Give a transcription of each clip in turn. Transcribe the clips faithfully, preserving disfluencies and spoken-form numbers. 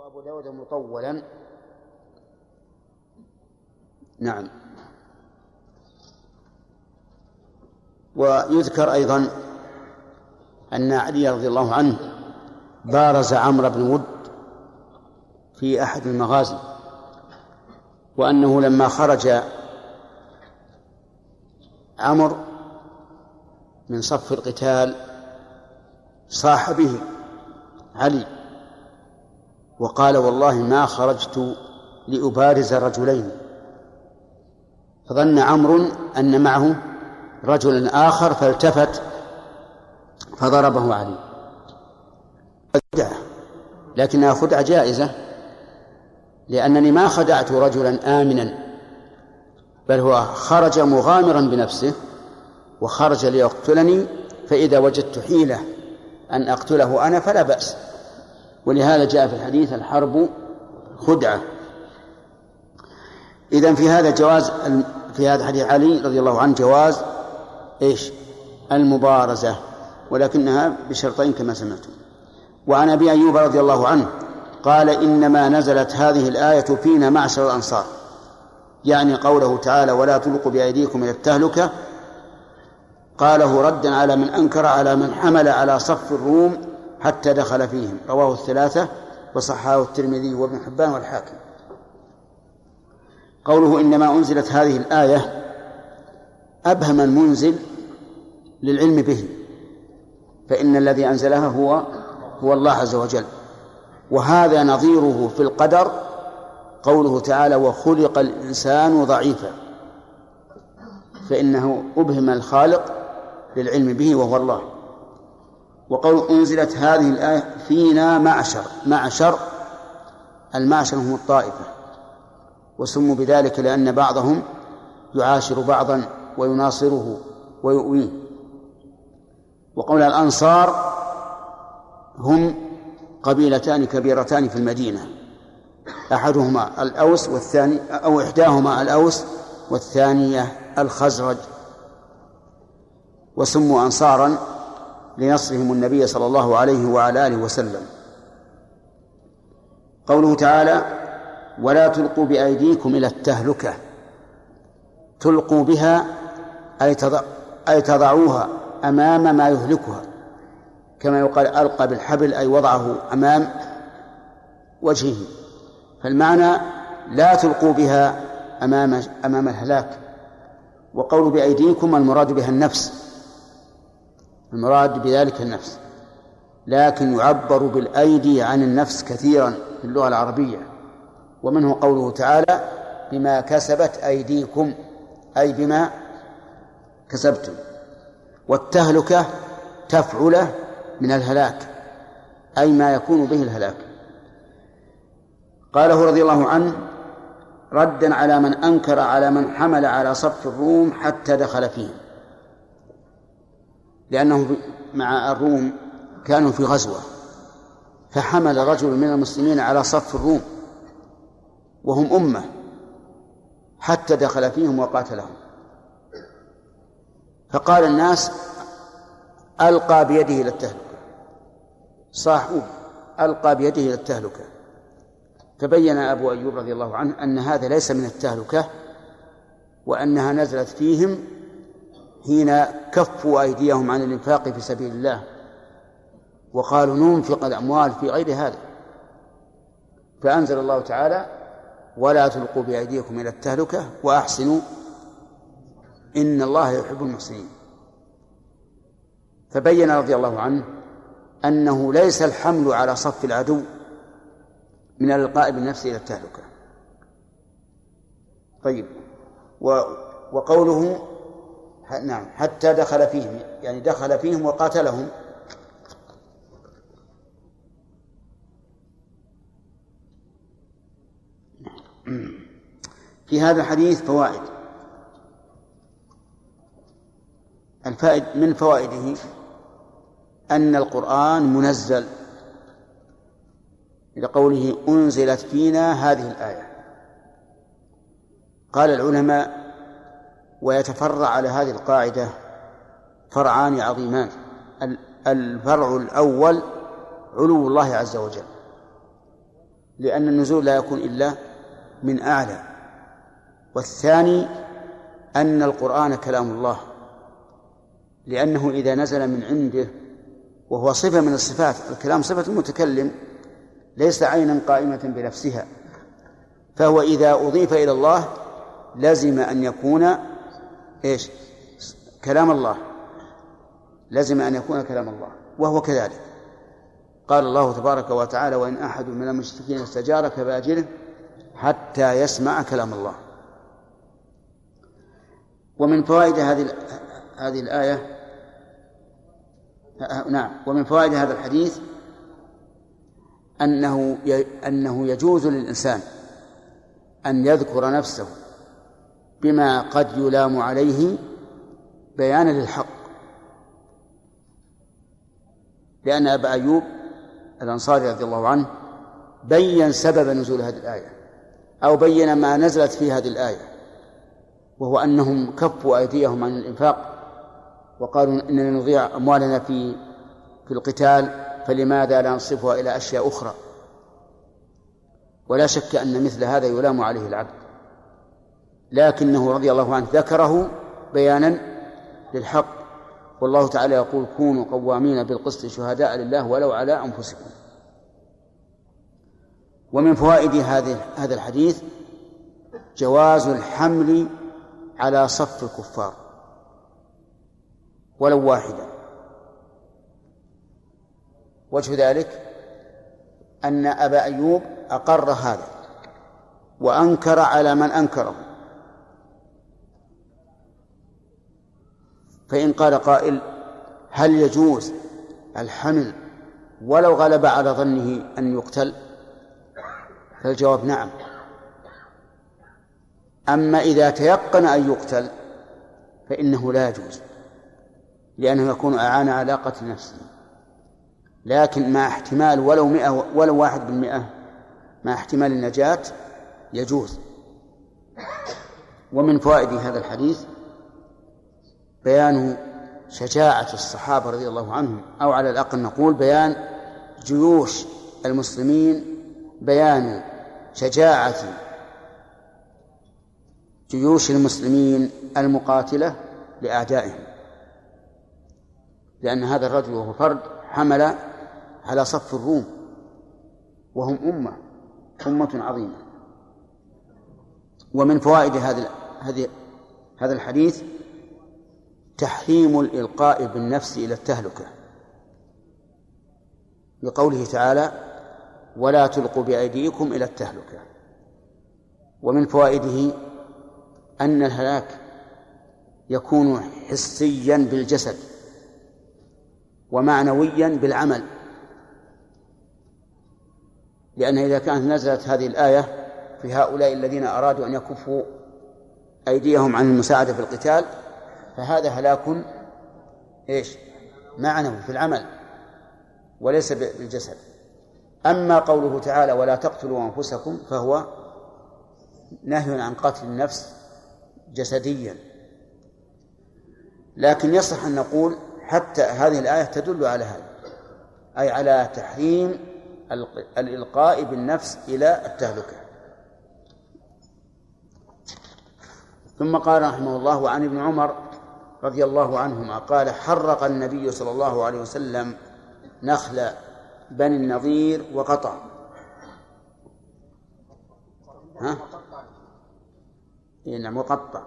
أبو داود مطولا. نعم. ويذكر أيضا أن علي رضي الله عنه بارز عمرو بن ود في أحد المغازي، وأنه لما خرج عمرو من صف القتال صاح به علي وقال: والله ما خرجت لأبارز رجلين. فظن عمرو أن معه رجلا آخر فالتفت فضربه علي. خدعة، لكنها خدعة جائزة، لأنني ما خدعت رجلا آمنا، بل هو خرج مغامرا بنفسه وخرج ليقتلني، فإذا وجدت حيلة أن أقتله أنا فلا بأس. ولهذا جاء في الحديث: الحرب خدعة. إذن في هذا جواز، في هذا حديث علي رضي الله عنه جواز إيش؟ المبارزة، ولكنها بشرطين كما سمعتم. وعن أبي أيوب رضي الله عنه قال: إنما نزلت هذه الآية فينا معشر الأنصار، يعني قوله تعالى: ولا تلقوا بأيديكم إلى التهلكة، قاله ردا على من أنكر على من حمل على صف الروم حتى دخل فيهم. رواه الثلاثة وصححه الترمذي وابن حبان والحاكم. قوله إنما أنزلت هذه الآية أبهم المنزل للعلم به، فإن الذي أنزلها هو هو الله عز وجل. وهذا نظيره في القدر قوله تعالى: وخلق الإنسان ضعيفا، فإنه أبهم الخالق للعلم به وهو الله. وقول أنزلت هذه الآية فينا معشر، معشر المعشر هم الطائفة، وسموا بذلك لأن بعضهم يعاشر بعضا ويناصره ويؤويه. وقول الأنصار هم قبيلتان كبيرتان في المدينة، أحدهما الأوس والثاني أو إحداهما الأوس والثانية الخزرج، وسموا أنصارا لنصرهم النبي صلى الله عليه وعلى آله وسلم. قوله تعالى: ولا تلقوا بأيديكم إلى التهلكة، تلقوا بها أي, تضع أي تضعوها أمام ما يهلكها، كما يقال ألقى بالحبل أي وضعه أمام وجهه. فالمعنى لا تلقوا بها أمام, أمام الهلاك. وقول بأيديكم المراد بها النفس، المراد بذلك النفس، لكن يعبر بالأيدي عن النفس كثيرا في اللغة العربية، ومنه قوله تعالى: بما كسبت أيديكم، أي بما كسبتم. والتهلكة تفعله من الهلاك، أي ما يكون به الهلاك. قاله رضي الله عنه ردا على من أنكر على من حمل على صف الروم حتى دخل فيهم، لأنه مع الروم كانوا في غزوة، فحمل رجل من المسلمين على صف الروم وهم أمة حتى دخل فيهم وقاتلهم. فقال الناس: ألقى بيده إلى التهلكة، صاحوا ألقى بيده إلى التهلكة. فبين أبو أيوب رضي الله عنه أن هذا ليس من التهلكة، وأنها نزلت فيهم حين كفوا أيديهم عن الإنفاق في سبيل الله وقالوا ننفق الأموال في غير هذا، فأنزل الله تعالى: ولا تلقوا بأيديكم إلى التهلكة وأحسنوا إن الله يحب المحسنين. فبين رضي الله عنه أنه ليس الحمل على صف العدو من الإلقاء بالنفس إلى التهلكة. طيب، وقوله نعم حتى دخل فيهم، يعني دخل فيهم وقاتلهم. في هذا الحديث فوائد. الفائد من فوائده أن القرآن منزل، إلى قوله أنزلت فينا هذه الآية. قال العلماء: ويتفرع على هذه القاعدة فرعان عظيمان. الفرع الأول علو الله عز وجل، لأن النزول لا يكون إلا من أعلى. والثاني أن القرآن كلام الله، لأنه إذا نزل من عنده وهو صفة من الصفات، الكلام صفة المتكلم ليس عينا قائمة بنفسها، فهو إذا أضيف إلى الله لازم أن يكون إيش؟ كلام الله، لازم أن يكون كلام الله، وهو كذلك. قال الله تبارك وتعالى: وإن أحد من المشركين استجارك فأجره حتى يسمع كلام الله. ومن فوائد هذه هذه الآية نعم ومن فوائد هذا الحديث أنه أنه يجوز للإنسان أن يذكر نفسه بما قد يلام عليه بيانا للحق، لأن أبا أيوب الأنصاري رضي الله عنه بيّن سبب نزول هذه الآية، أو بيّن ما نزلت في هذه الآية، وهو أنهم كفوا أيديهم عن الإنفاق وقالوا إننا نضيع أموالنا في في القتال، فلماذا لا نصرفها إلى أشياء أخرى؟ ولا شك أن مثل هذا يلام عليه العبد، لكنه رضي الله عنه ذكره بيانا للحق. والله تعالى يقول: كونوا قوامين بالقسط شهداء لله ولو على أنفسكم. ومن فوائد هذا الحديث جواز الحمل على صف الكفار ولو واحدا. وجه ذلك أن أبا أيوب أقر هذا وأنكر على من أنكره، فإن قال قائل: هل يجوز الحمل ولو غلب على ظنه أن يقتل؟ فالجواب نعم. أما إذا تيقن أن يقتل فإنه لا يجوز، لأنه يكون أعان على قتل نفسه، لكن مع احتمال ولو مئة ولو واحد بالمئة مع احتمال النجاة يجوز. ومن فوائد هذا الحديث بيان شجاعة الصحابة رضي الله عنهم، أو على الأقل نقول بيان جيوش المسلمين، بيان شجاعة جيوش المسلمين المقاتلة لأعدائهم، لأن هذا الرجل وهو فرد حمل على صف الروم وهم أمة أمة عظيمة. ومن فوائد هذا هذه هذا الحديث تحريم الإلقاء بالنفس إلى التهلكة، بقوله تعالى: ولا تلقوا بأيديكم إلى التهلكة. ومن فوائده أن الهلاك يكون حسيا بالجسد ومعنويا بالعمل، لأن إذا كانت نزلت هذه الآية في هؤلاء الذين أرادوا أن يكفوا أيديهم عن المساعدة في القتال، فهذا هلاك إيش؟ معنوي في العمل وليس بالجسد. أما قوله تعالى: ولا تقتلوا أنفسكم، فهو نهي عن قتل النفس جسديا. لكن يصح أن نقول حتى هذه الآية تدل على هذا، أي على تحريم الإلقاء بالنفس إلى التهلكة. ثم قال رحمه الله: عن ابن عمر رضي الله عنهما قال: حرق النبي صلى الله عليه وسلم نخل بني النضير وقطع ها؟ نعم وقطع،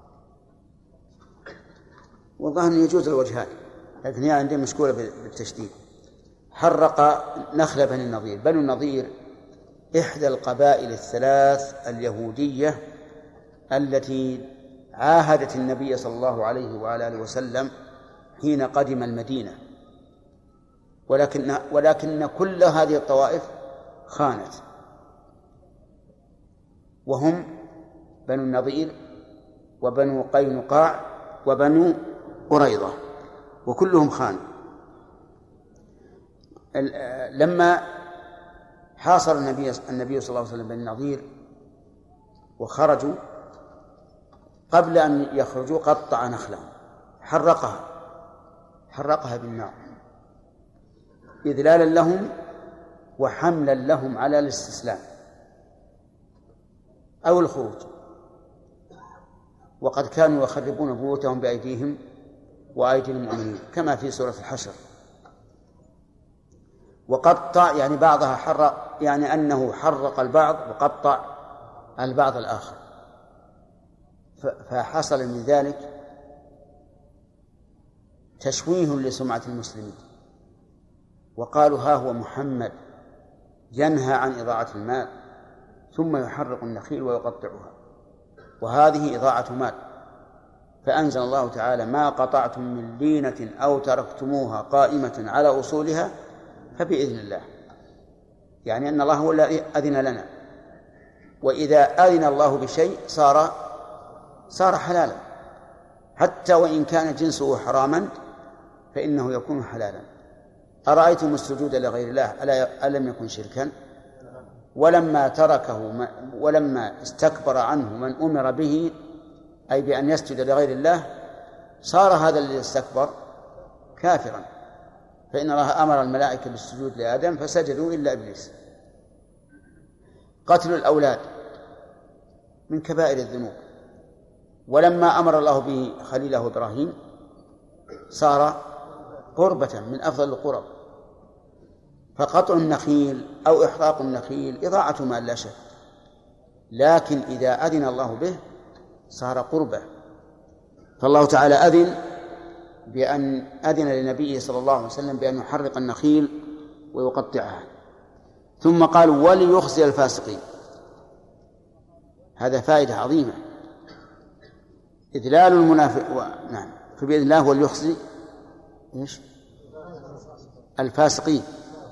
والظاهر يجوز الوجهان، لكن هي عندي مشكولة بالتشديد. حرق نخل بني النضير. بني النضير إحدى القبائل الثلاث اليهودية التي عاهدت النبي صلى الله عليه وعلى آله وسلم حين قدم المدينة، ولكن ولكن كل هذه الطوائف خانت، وهم بنو النضير وبنو قينقاع وبنو قريظة، وكلهم خانوا. لما حاصر النبي النبي صلى الله عليه وسلم بني النضير وخرجوا، قبل أن يخرجوا قطع نخلهم، حرقها حرقها بالنار إذلالا لهم وحملا لهم على الاستسلام أو الخروج. وقد كانوا يخربون بيوتهم بأيديهم وأيدي المؤمنين كما في سورة الحشر. وقطع يعني بعضها حرق، يعني أنه حرق البعض وقطع البعض الآخر، فحصل من ذلك تشويه لسمعة المسلمين، وقالوا ها هو محمد ينهى عن إضاعة المال ثم يحرق النخيل ويقطعها، وهذه إضاعة مال. فأنزل الله تعالى: ما قطعتم من لينة أو تركتموها قائمة على أصولها فبإذن الله، يعني أن الله هو الذي أذن لنا، وإذا أذن الله بشيء صار صار حلالا، حتى وإن كان جنسه حراما فإنه يكون حلالا. أرأيتم السجود لغير الله ألم يكن شركا؟ ولما تركه ولما استكبر عنه من أمر به، أي بأن يسجد لغير الله، صار هذا الذي استكبر كافرا. فإن الله أمر الملائكة بالسجود لآدم فسجدوا إلا إبليس. قتل الأولاد من كبائر الذنوب، ولما أمر الله به خليله إبراهيم صار قربة من أفضل القرب. فقطع النخيل أو إحراق النخيل إضاعة مال لا شك، لكن إذا أذن الله به صار قربة. فالله تعالى أذن بأن أذن لنبيه صلى الله عليه وسلم بأن يحرق النخيل ويقطعها، ثم قال: وليخزي الفاسقين. هذا فائدة عظيمة، إذلال المنافق و... نعم فبإذن الله وليخزي إيش؟ الفاسقين.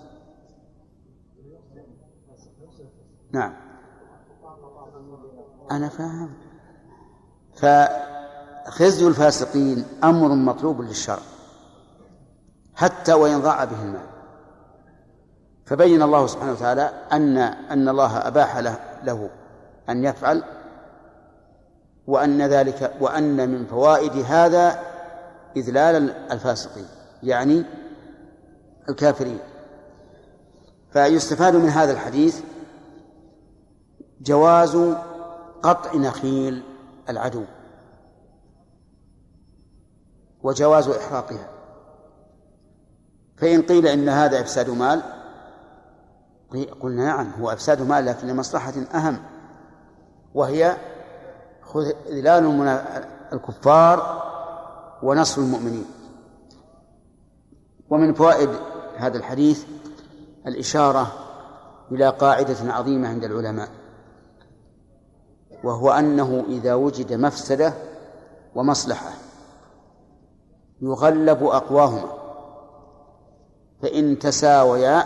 نعم أنا فاهم. فخزي الفاسقين أمر مطلوب للشرع حتى وإن ضاع به المال. فبين الله سبحانه وتعالى أن أن الله أباح له, له أن يفعل، وأن ذلك وأن من فوائد هذا إذلال الفاسقين يعني الكافرين. فيستفاد من هذا الحديث جواز قطع نخيل العدو وجواز إحراقها. فإن قيل إن هذا إفساد مال قلنا نعم هو إفساد مال، لكن لمصلحة أهم، وهي إذلال الكفار ونصر المؤمنين. ومن فوائد هذا الحديث الإشارة إلى قاعدة عظيمة عند العلماء، وهو أنه إذا وجد مفسدة ومصلحة يغلب أقواهما، فإن تساويا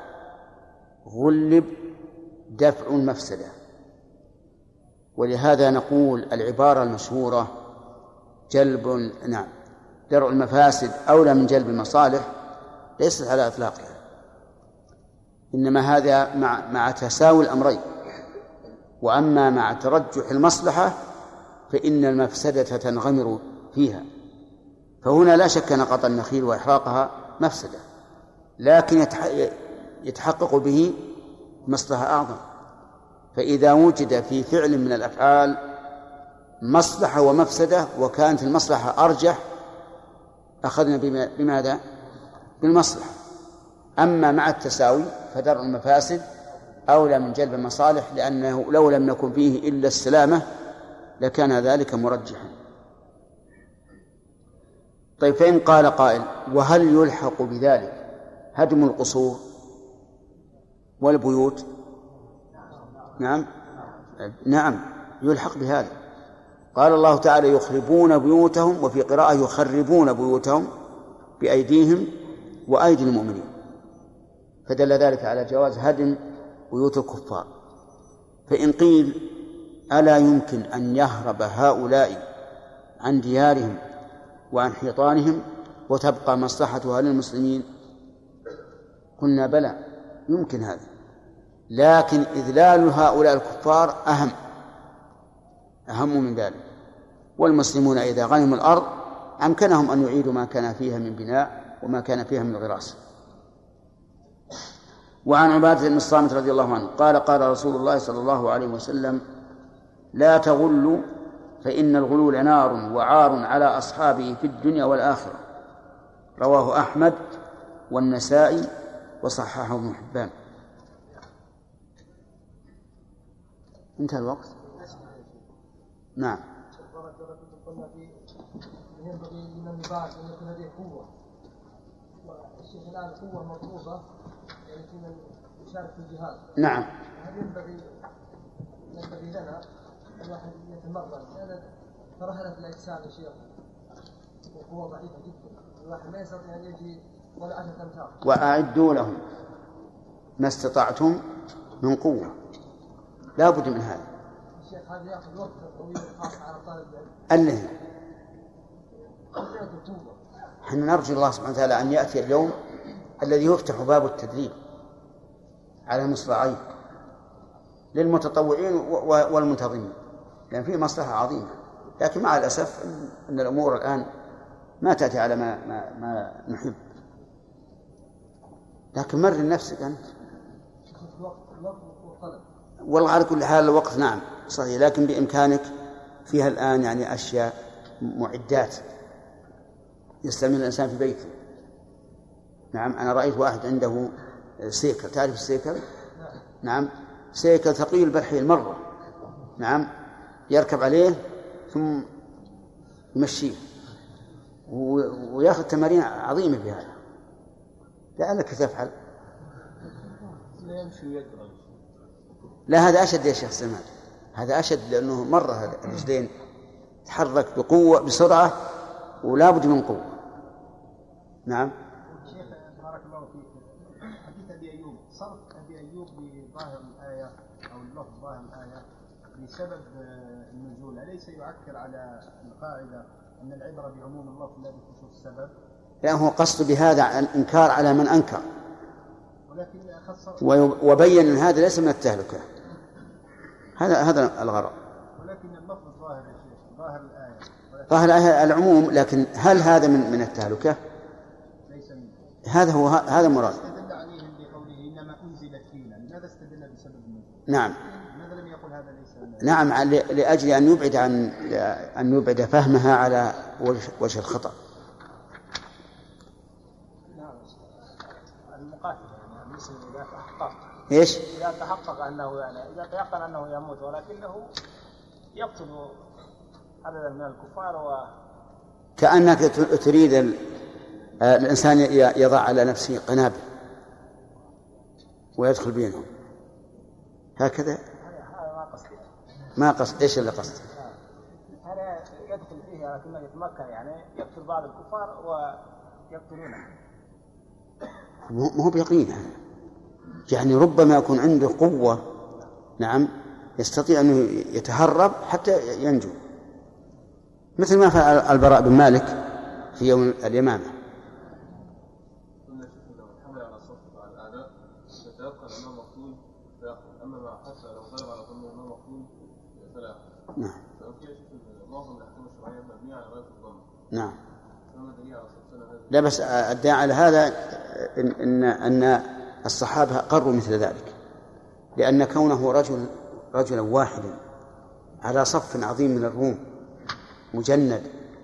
غلب دفع المفسدة. ولهذا نقول العبارة المشهورة جلب نعم درء المفاسد أولى من جلب المصالح ليست على إطلاقها، إنما هذا مع, مع تساوي الأمرين. وأما مع ترجح المصلحة فإن المفسدة تنغمر فيها. فهنا لا شك أن قطع النخيل وإحراقها مفسدة، لكن يتحقق به مصلحة أعظم. فإذا وجد في فعل من الأفعال مصلحة ومفسدة وكانت المصلحة أرجح أخذنا بماذا؟ بالمصلحة. أما مع التساوي فدرء المفاسد أولى من جلب المصالح، لأنه لو لم يكن فيه إلا السلامة لكان ذلك مرجحا. طيب فإن قال قائل: وهل يلحق بذلك هدم القصور والبيوت؟ نعم نعم يلحق بهذا. قال الله تعالى: يخربون بيوتهم، وفي قراءة يخربون بيوتهم بأيديهم وأيدي المؤمنين، فدل ذلك على جواز هدم بيوت الكفار. فإن قيل: ألا يمكن أن يهرب هؤلاء عن ديارهم وعن حيطانهم وتبقى مصلحتها للمسلمين؟ قلنا بلى يمكن هذا، لكن إذلال هؤلاء الكفار أهم أهم من ذلك. والمسلمون إذا غنموا الأرض أمكنهم أن يعيدوا ما كان فيها من بناء وما كان فيها من غراس. وعن عبادة بن الصامت رضي الله عنه قال قال رسول الله صلى الله عليه وسلم لا تغلوا فإن الغلول نار وعار على أصحابه في الدنيا والآخرة. رواه أحمد والنسائي وصححه ابن حبان. انتهى الوقت. نعم. ينبغي لمن يباعث أن يكون لديه قوة، والشيخ الآن قوة مطلوبة يعني في من يشارك في الجهاد. نعم. هل ينبغي ينبغي لنا الواحد يتمرن لأن فرهلة الأجسام يا شيخ وقوة ضعيفة جدا، الواحد ما يستطيع أن يجي ولا عشرة أمتار. وأعدوا لهم ما استطعتم من قوة، لا بد من هذا. الشيخ هذا يأخذ وقت طويل خاص على طالب الذي العلم. نحن نرجو الله سبحانه وتعالى أن يأتي اليوم الذي يفتح باب التدريب على مصراعين للمتطوعين والمنتظمين، لأن فيه مصلحة عظيمة. لكن مع الأسف أن الأمور الآن ما تأتي على ما, ما, ما نحب. لكن مرن نفسك أنت. والله على كل حال الوقت نعم صحيح، لكن بإمكانك فيها الآن يعني أشياء معدات يستعمل الإنسان في بيته. نعم أنا رأيت واحد عنده سيكل، تعرف السيكل؟ نعم سيكل ثقيل بالحيل مرة. نعم يركب عليه ثم يمشيه ويأخذ تمارين عظيمة بهذا. لعلك تفعل. لا هذا أشد يا شيخ سلمان، هذا أشد لأنه مرة الرجلين تحرك بقوة بسرعة ولا بد من قوة. نعم. شيخ بارك الله فيك، حديث أبي أيوب صرف أبي أيوب بظاهر الآية أو اللفظ ظاهر الآية بسبب النزول، أليس يعكر على القاعدة أن العبرة بعموم اللفظ لا بخصوص السبب؟ لأنه هو قصد بهذا الإنكار على من أنكر، ولكن خصص وبين أن هذا ليس من التهلكة، هذا هذا الغرض. ولكن اللفظ ظاهر يا شيخ، ظاهر الآية ظاهر الآية العموم، لكن هل هذا من من التهلكة؟ ليس من هذا هو هذا مراد. استدل عليهم بقوله إنما أنزلت فينا، لماذا استدل بسبب النزول؟ نعم. لماذا لم يقل هذا ليس من نعم لأجل أن يبعد عن أن يبعد فهمها على وجه الخطأ. إذا تحقق إيش؟ إذا تحقق أنه يعني إذا تيقن أنه يموت ولكنه يقتل عددا من الكفار و كأنك تريد الإنسان يضع على نفسه قنابل ويدخل بينهم هكذا. هذا ما قصدي. ما قصد. إيش اللي قصد؟ هذا يدخل فيه لكنه يتمكن يعني يقتل بعض الكفار ويقتلونه. ما هو بيقين هذا، يعني ربما يكون عنده قوة نعم يستطيع أن يتهرب حتى ينجو، مثل ما فعل البراء بن مالك في يوم اليمامة. نعم. نعم. لا بس أدعي على هذا إن أن الصحابة قروا مثل ذلك، لأن كونه رجل رجلا واحدا على صف عظيم من الروم مجند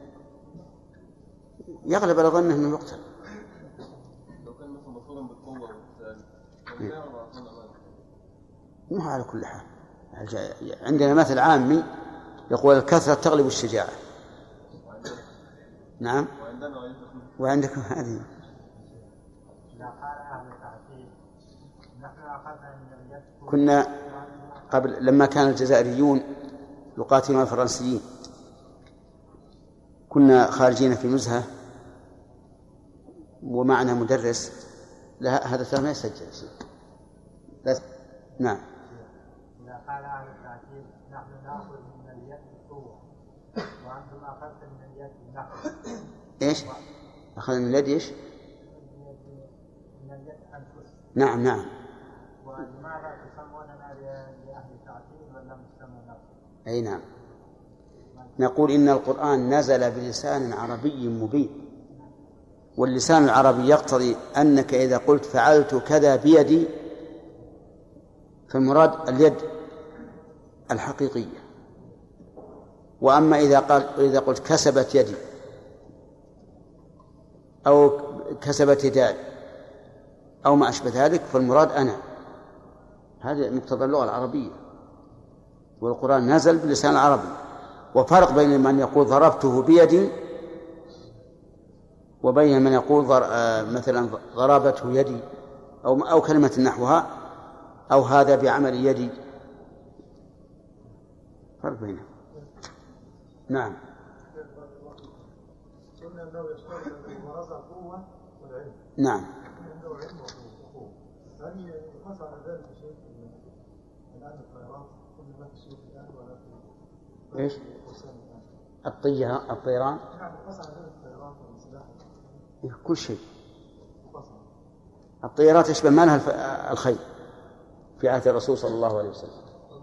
يغلب على ظنه أنه يقتل. لو كان مثل مفروضا بالقوة مو على كل حال. عندنا مثل عامي يقول الكثرة تغلب الشجاعة. نعم. وعندكم هذه. كنا قبل لما كان الجزائريون يقاتلون الفرنسيين كنا خارجين في نزهة ومعنا مدرس لا هذا ما يسجل لا. نعم. إذا قال أهل التعجيل نحن نأخذ من اليد القوة وأنتم أخذتم من اليد النحو. إيش؟ أخذ من اليد إيش؟ من اليد أنفس. نعم نعم. ولماذا تسموننا لأهل التعجيل ولم تسمونا؟ أي نعم. نقول إن القرآن نزل بلسان عربي مبين، واللسان العربي يقتضي أنك إذا قلت فعلت كذا بيدي فالمراد اليد الحقيقية. وأما إذا قال إذا قلت كسبت يدي أو كسبت يداي أو ما أشبه ذلك فالمراد أنا. هذا مقتضى اللغة العربية، والقرآن نزل بلسان العربي. وفرق بين من يقول ضربته بيدي وبين من يقول مثلا ضربته يدي أو أو كلمة نحوها أو هذا بعمل يدي، فرق بينهم. نعم. نعم. إيش؟ الطيران الطيران كل شيء. الطيارات تشبه ما لها الخيل في عهد الرسول صلى الله عليه وسلم.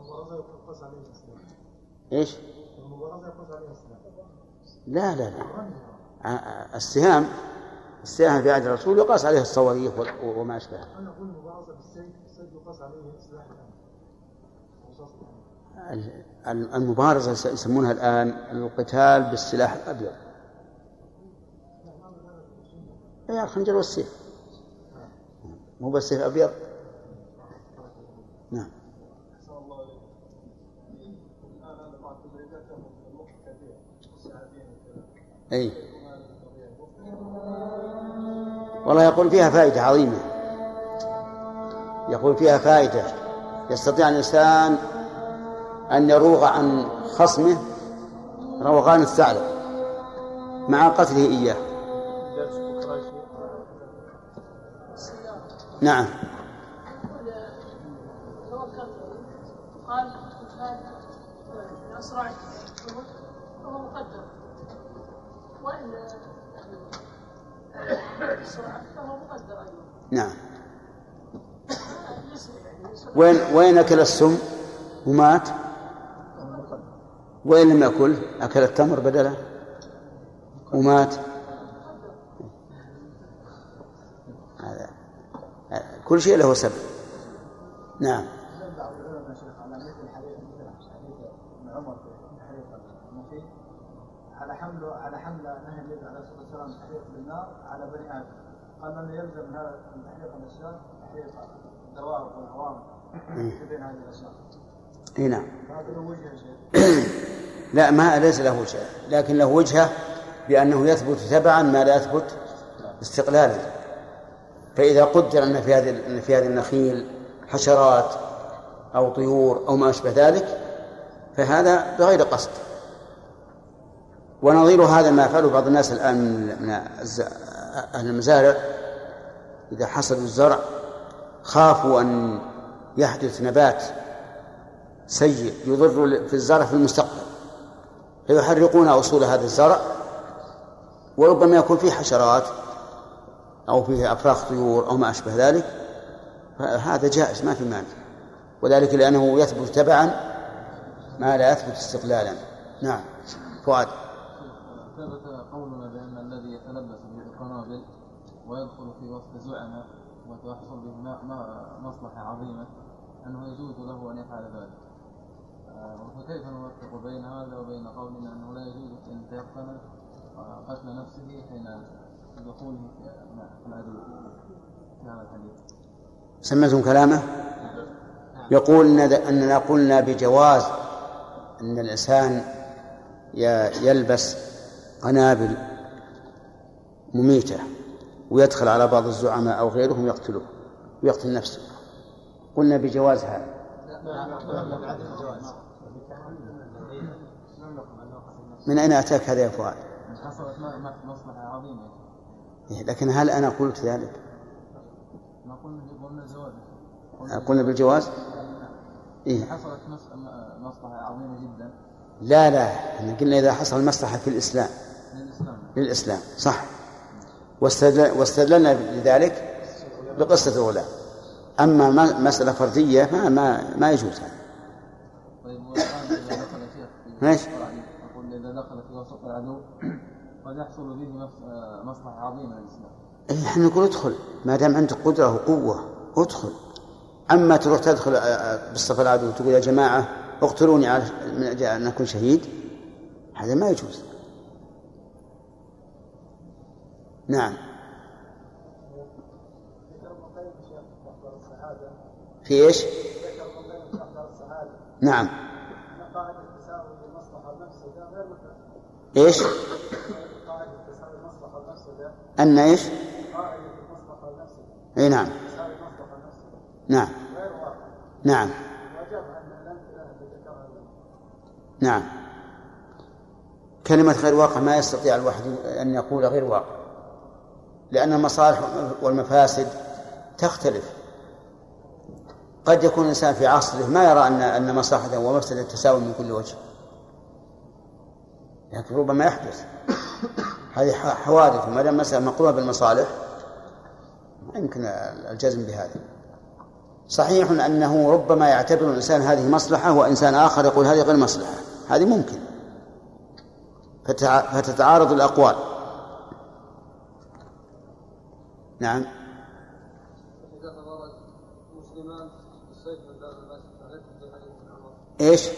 إيش؟ لا لا لا السهام السهام في عهد الرسول يقاس عليها الصواريخ وما أشبه. المبارزة يسمونها الآن القتال بالسلاح الأبيض، هي الخنجر والسيف، مو بالسيف أبيض. نعم. أي والله يقول فيها فائدة عظيمة، يقول فيها فائدة يستطيع الإنسان أن يروغ عن خصمه روغان الثعلب مع قتله إياه. نعم. قال أسرع فهو مقدر وإن السرعة فهو مقدر أيضا. نعم. وين وين أكل السم ومات، وين لم يأكل أكل التمر بدله ومات. هذا كل شيء له سبب. نعم. على حمل على حمل نهي النبي عليه الصلاه والسلام التحريق بالنار على بني ادم، قال انه يلزم هذا تحريق الاشياء تحريق الدواب والعوام بين هذه الاشياء. اي نعم. هذا له وجه شيء. لا ما ليس له وجه، لكن له وجهه بأنه يثبت تبعا ما لا يثبت استقلالا. فإذا قدر أن في هذه أن في هذه النخيل حشرات أو طيور أو ما أشبه ذلك فهذا بغير قصد. ونظير هذا ما يفعله بعض الناس الآن من أهل المزارع، إذا حصدوا الزرع خافوا أن يحدث نبات سيء يضر في الزرع في المستقبل، فيحرقون أصول هذا الزرع، وربما يكون فيه حشرات أو فيه أفراخ طيور أو ما أشبه ذلك، فهذا جائز ما في مانع، وذلك لأنه يثبت تبعا ما لا يثبت استقلالا. نعم. فؤاد. ثبت قولنا بأن الذي يتلبس بالقنابل ويدخل في وسط زعماء وتحصل به مصلحة عظيمة أنه يجوز له أن يفعل ذلك، فكيف نوفق بين هذا وبين قولنا أنه لا يجوز أن يتيقن قتل نفسه حين دخوله في العدو في هذا الحديث؟ سمعتم كلامه؟ يقول أننا قلنا بجواز أن الإنسان يلبس قنابل مميتة ويدخل على بعض الزعماء أو غيرهم يقتله ويقتل نفسه، قلنا بجواز هذا. من أين أتاك هذا يا فؤاد؟ حصلت مصلحة عظيمة. لكن هل أنا قلت ذلك؟ ما قلنا الجواز. قلنا بالجواز؟ إيه؟ حصلت مصلحة عظيمة جدا. لا لا قلنا إذا حصل مصلحة في الإسلام للإسلام, للإسلام. صح. واستدلنا لذلك بقصة أولى. أما مسألة فردية ما ما, ما يجوز. طيب والآن إذا دخل شيخ ماشي. أقول إذا دخل في وسط العدو قد يحصل به مصلحة عظيمة للإسلام. إيه إحنا نقول ادخل ما دام عندك قدرة وقوة ادخل، أما تروح تدخل بالصف العدو وتقول يا جماعة اقتلوني من أجل أن أكون شهيد، هذا ما يجوز. نعم. في إيش؟ نعم. إيش؟ أن إيش؟ أي نعم. نعم. نعم. نعم. كلمة غير واقع ما يستطيع الواحد أن يقول غير واقع، لأن المصالح والمفاسد تختلف. قد يكون الإنسان في عصره ما يرى أن أن مصلحته ومفسدة تساوي من كل وجه، لكن ربما يحدث. هذه حوادث، ما دام مسألة مقرونة بالمصالح ما يمكن الجزم بهذا. صحيح أنه ربما يعتبر الإنسان هذه مصلحة وإنسان آخر يقول هذه غير مصلحة، هذه ممكن، فتتعارض الأقوال. نعم. إيش؟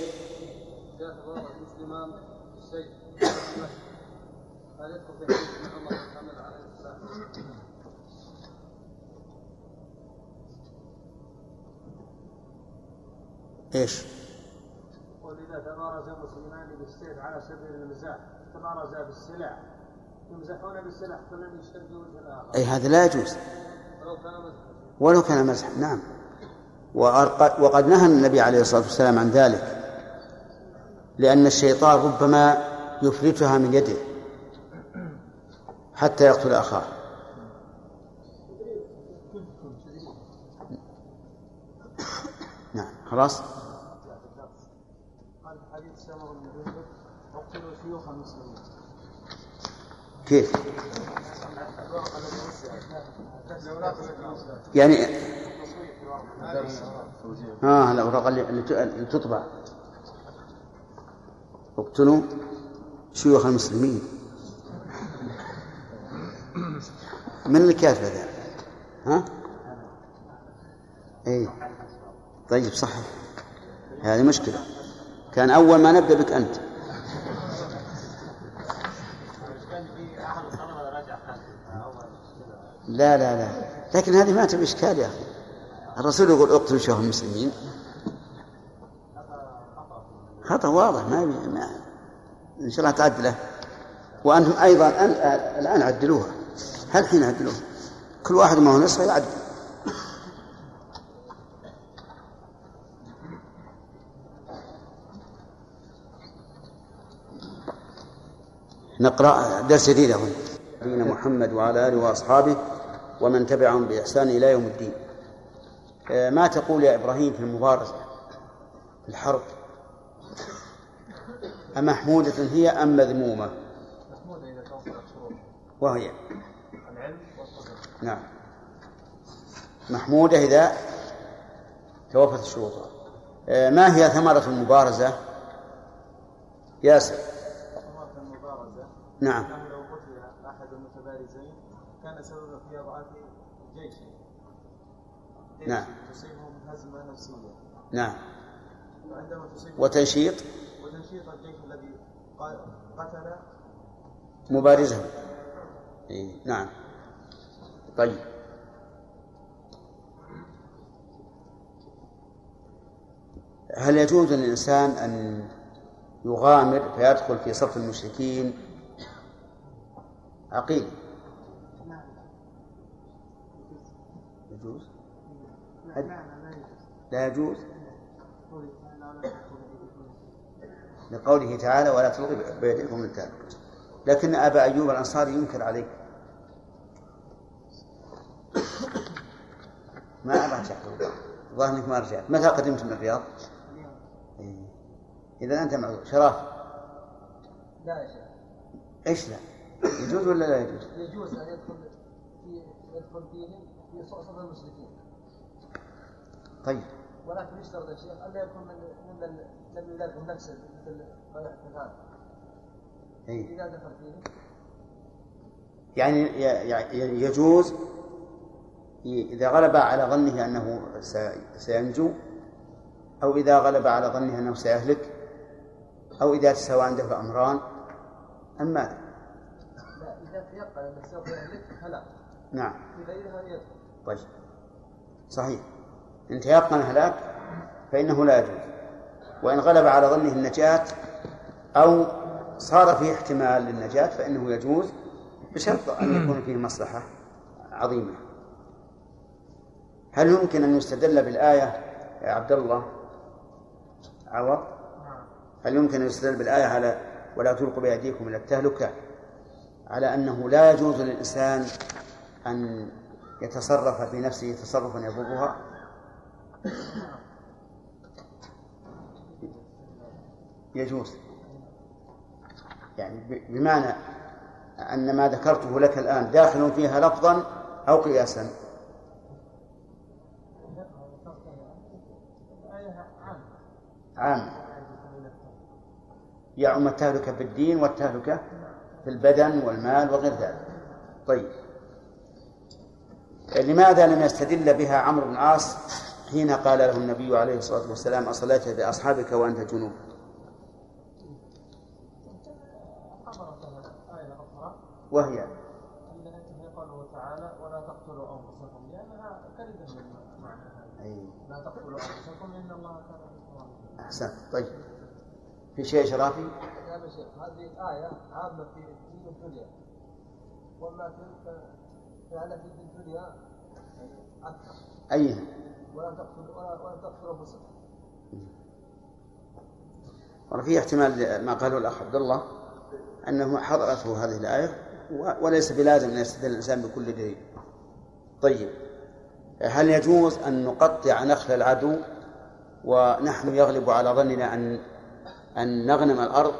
إيش؟ وإذا تبارز المسلمان بالسيف على سبيل المزاح تبارز بالسلاح يمزحون بالسلاح فلن يشتدوا وجه الآخر. أي هذا لا يجوز ولو كان مزحا. نعم. وقد نهى النبي عليه الصلاة والسلام عن ذلك، لأن الشيطان ربما يفلتها من يده حتى يقتل أخاه. نعم. خلاص. كيف يعني؟ ها الأوراق اللي تطبع اقتلوا شيوخ المسلمين. من اللي كاتب هذا؟ ها؟ اي طيب صح، هذه مشكلة. كان أول ما نبدأ بك أنت. لا لا لا، لكن هذه ما تبي إشكال يا أخي. الرسول يقول اقتلوا شيوخ المسلمين، خطأ واضح. ما, ما إن شاء الله تعدله. وأنتم أيضا الآن عدلوها. هل حين عدلوها كل واحد ما هو نصف يعدل. نقرأ درس جديد أظن. دين محمد وعلى آله وأصحابه ومن تبعهم بإحسان إلى يوم الدين. ما تقول يا إبراهيم في المبارزة في الحرب؟ أمحمودة هي أم مذمومة؟ محمودة إذا توفرت شروط، وهي العلم والقدرة. نعم، محمودة إذا توفرت الشروط. ما هي ثمرة المبارزة ياسر؟ ثمرة المبارزة نعم. أنه لو قتل أحد المتبارزين كان سببا في إضعاف جيش. نعم. تصيبهم هزمة نفسية. نعم. وعندما تصيب وتنشيط وتنشيط الجيش الذي قتل مبارزهم. إيه. نعم. طيب، هل يجوز للإنسان أن يغامر فيدخل في صف المشركين عقيل؟ يجوز؟ لا يجوز لقوله تعالى ولا تلقوا بيديكم للتهلكة. لكن أبا أيوب الأنصاري ينكر عليك. ما رجعت والله إنك ما رجعت. متى قدمت من الرياض؟ إيه. إذا أنت معذور. شراف؟ لا يا شيخ. إيش لا؟ يجوز ولا لا يجوز؟ يجوز أن يدخل في يدخل فيهم في صف المشركين. طيب. ولكن يشترط يا شيخ ألا يكون من ممن لم يلاقهم نفسه مثل ضياع القتال. إيه. إذا دخل فيهم يعني يجوز إذا غلب على ظنه أنه سينجو، أو إذا غلب على ظنه أنه سيهلك، أو إذا تساوى عنده الأمران. أما لا، إذا تيقن أنه سوف يهلك فلا. نعم. في غيرها يدخل. طيب صحيح، إن تيقن الهلاك فإنه لا يجوز، وإن غلب على ظنه النجاة أو صار فيه احتمال للنجاة فإنه يجوز، بشرط أن يكون فيه مصلحة عظيمة. هل يمكن أن يستدل بالآية يا عبد الله عوض؟ هل يمكن أن يستدل بالآية على ولا تلقوا بأيديكم إلى التهلكة على أنه لا يجوز للإنسان أن يتصرف في نفسه تصرفا يضرها؟ يجوز، يعني بمعنى أن ما ذكرته لك الآن داخل فيها لفظا أو قياسا. عام يعم التهلكة في الدين والتهلكة في البدن والمال وغير ذلك. طيب، لماذا لم يستدل بها عمرو بن العاص حين قال له النبي عليه الصلاة والسلام أصليت بأصحابك وأنت جنوب؟ وهي قوله تعالى ولا تقتلوا أنفسكم، لأنها كلمة من معناها لا تقتلوا أنفسكم إن الله كان بكم. أحسن. طيب، في شيء شرافي؟ يا شيخ، هذه الآية عامة في دين الدنيا، وما في فعلا في دين الدنيا أكثر. أيها؟ ولا تقتلوا ولا تقتلوا أنفسكم. وفي احتمال ما قاله الأخ عبد الله أنه حضرته هذه الآية وليس بلازم أن يستدل الإنسان بكل دليل. طيب، هل يجوز أن نقطع نخل العدو ونحن يغلب على ظننا أن أن نغنم الأرض؟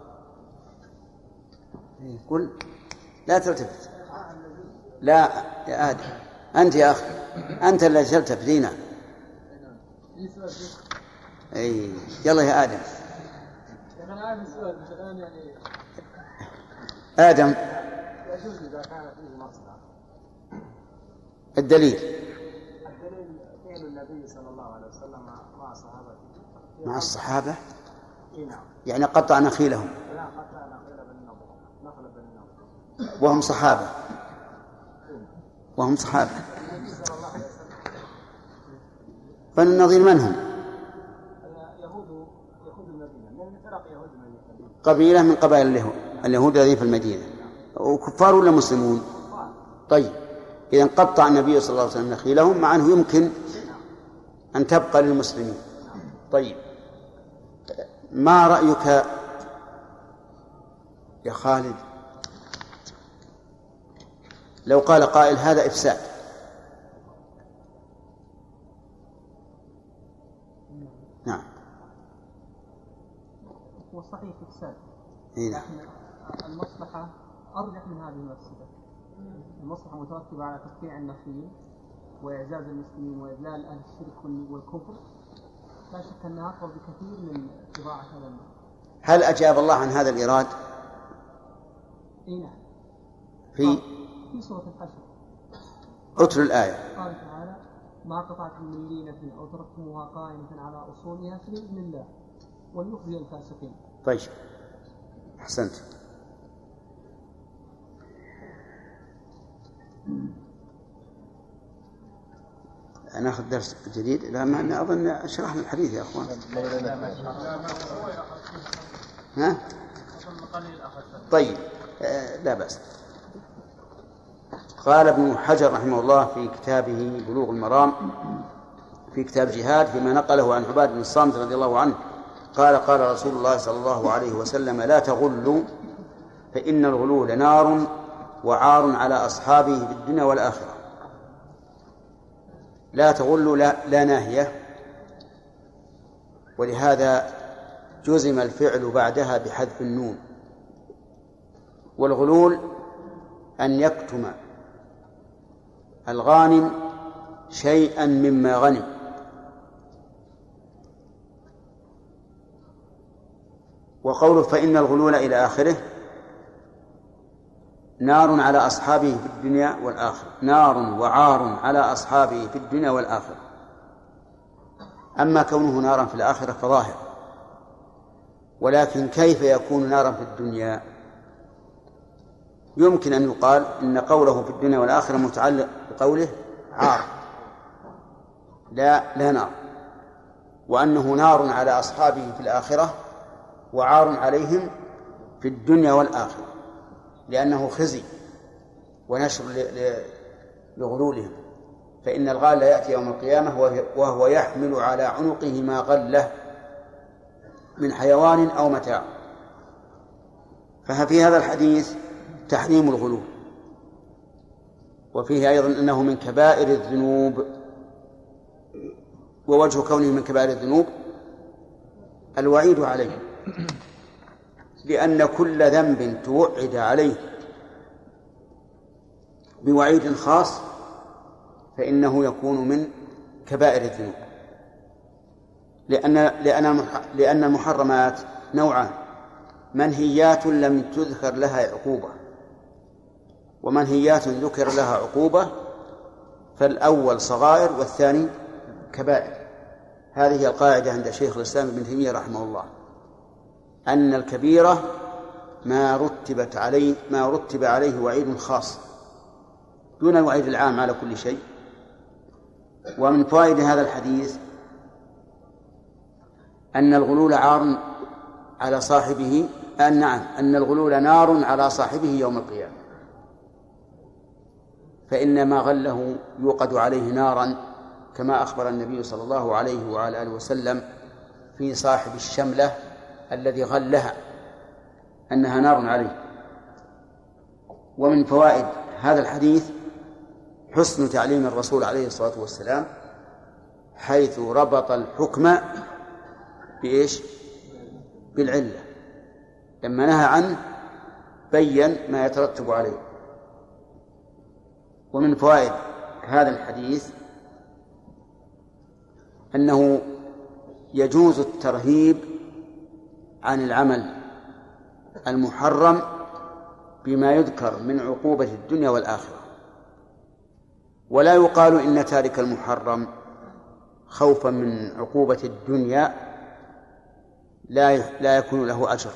قل لا تلتفت. لا يا آدم، أنت يا أخي، أنت اللي تلتفت لينا. أي يلا يا آدم. آدم، الدليل الدليل فعل النبي صلى الله عليه وسلم مع صحابته مع الصحابة، نعم، يعني قطع نخيلهم. لا قطع نخيل بني نضر، نخل بني نضر وهم صحابة، وهم صحابة. بني النضير من هم؟ يهود يهود المدينة، من فرق يهود المدينة، قبيلة من قبائل اليهود اليهود الذين في المدينة، وكفار ولا مسلمون؟ طيب، إذن قطع النبي صلى الله عليه وسلم نخيلهم، مع أنه يمكن أن تبقى للمسلمين. طيب، ما رأيك يا خالد لو قال قائل هذا إفساد؟ نعم، هو صحيح إفساد، إيه؟ لكن المصلحة أرجح من هذه المفسدة. المصلحة مترتبة على تقطيع النخيل وإعزاز المسلمين وإذلال أهل الشرك والكفر، لا شك أنها أقرب بكثير من إضاعة هذا المال. هل أجاب الله عن هذا الإيراد؟ إيه نعم، في في سورة الحشر. أتل الآية. قال تعالى ما قطعتم من لينة أو تركتموها قائمة على أصولها فبإذن الله وليخزي الفاسقين. طيب، أحسنت. ناخذ درس جديد؟ لا، ما أظن شرحنا الحديث يا أخوان. ها؟ طيب، آه لا بأس. قال ابن حجر رحمه الله في كتابه بلوغ المرام في كتاب جهاد فيما نقله عن عباد بن الصامت رضي الله عنه قال قال رسول الله صلى الله عليه وسلم لا تغلوا فإن الغلول نار وعار على أصحابه في الدنيا والآخرة. لا تغلوا لا, لا ناهية، ولهذا جزم الفعل بعدها بحذف النون. والغلول أن يكتم الغانم شيئا مما غنم، وقوله فإن الغلول إلى آخره نار على أصحابه في الدنيا والآخرة، نار وعار على أصحابه في الدنيا والآخرة. أما كونه نارا في الآخرة فظاهر، ولكن كيف يكون نارا في الدنيا؟ يمكن أن يقال إن قوله في الدنيا والآخرة متعلق بقوله عار لا لا نار، وأنه نار على أصحابه في الآخرة وعار عليهم في الدنيا والآخرة، لأنه خزي ونشر لغلولهم. فإن الغال يأتي يوم القيامة وهو يحمل على عنقه ما غله من حيوان أو متاع. ففي هذا الحديث تحريم الغلو، وفيه أيضا أنه من كبائر الذنوب. ووجه كونه من كبائر الذنوب الوعيد عليه، لأن كل ذنب توعد عليه بوعيد خاص فإنه يكون من كبائر الذنوب، لأن لأن لأن المحرمات نوعان: منهيات لم تذكر لها عقوبة، ومنهيات ذكر لها عقوبة، فالأول صغائر والثاني كبائر. هذه القاعدة عند شيخ الإسلام ابن تيمية رحمه الله، أن الكبيرة ما رتبت عليه ما رتب عليه وعيد خاص دون الوعيد العام على كل شيء. ومن فوائد هذا الحديث أن الغلول عار على صاحبه أن نعم أن الغلول نار على صاحبه يوم القيامة، فإن ما غله يوقد عليه نارا، كما أخبر النبي صلى الله عليه وعلى آله وسلم في صاحب الشملة الذي غلها أنها نار عليه. ومن فوائد هذا الحديث حسن تعليم الرسول عليه الصلاة والسلام، حيث ربط الحكم بإيش؟ بالعلة، لما نهى عنه بين ما يترتب عليه. ومن فوائد هذا الحديث أنه يجوز الترهيب عن العمل المحرم بما يذكر من عقوبة الدنيا والآخرة، ولا يقال إن تارك المحرم خوفا من عقوبة الدنيا لا لا يكون له أجر،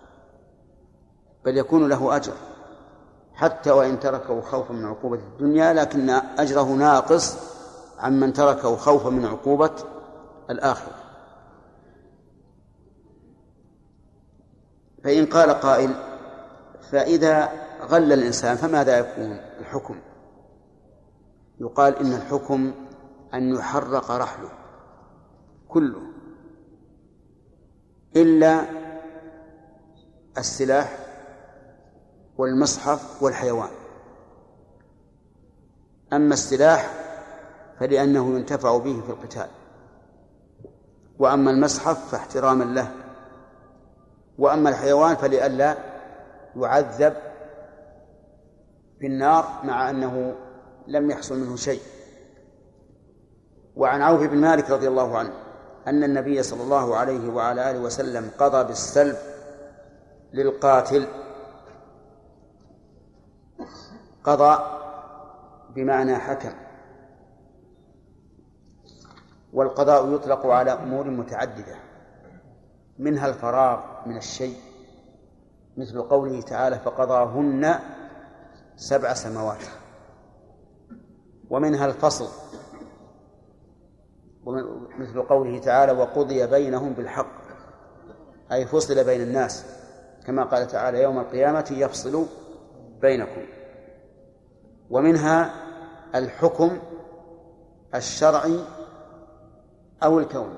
بل يكون له أجر حتى وإن تركه خوفا من عقوبة الدنيا، لكن أجره ناقص عن من تركه خوفا من عقوبة الآخرة. فإن قال قائل: فإذا غل الإنسان فماذا يكون الحكم؟ يقال إن الحكم أن يحرق رحله كله إلا السلاح والمصحف والحيوان. أما السلاح فلأنه ينتفع به في القتال، وأما المصحف فاحتراما له، وأما الحيوان فلئلا يعذب في النار مع أنه لم يحصل منه شيء. وعن عوف بن مالك رضي الله عنه أن النبي صلى الله عليه وعلى آله وسلم قضى بالسلب للقاتل. قضى بمعنى حكم، والقضاء يطلق على أمور متعددة، منها الفراغ من الشيء، مثل قوله تعالى: فقضاهن سبع سماوات، ومنها الفصل، مثل قوله تعالى: وقضي بينهم بالحق، أي فصل بين الناس، كما قال تعالى: يوم القيامة يفصل بينكم. ومنها الحكم الشرعي أو الكوني،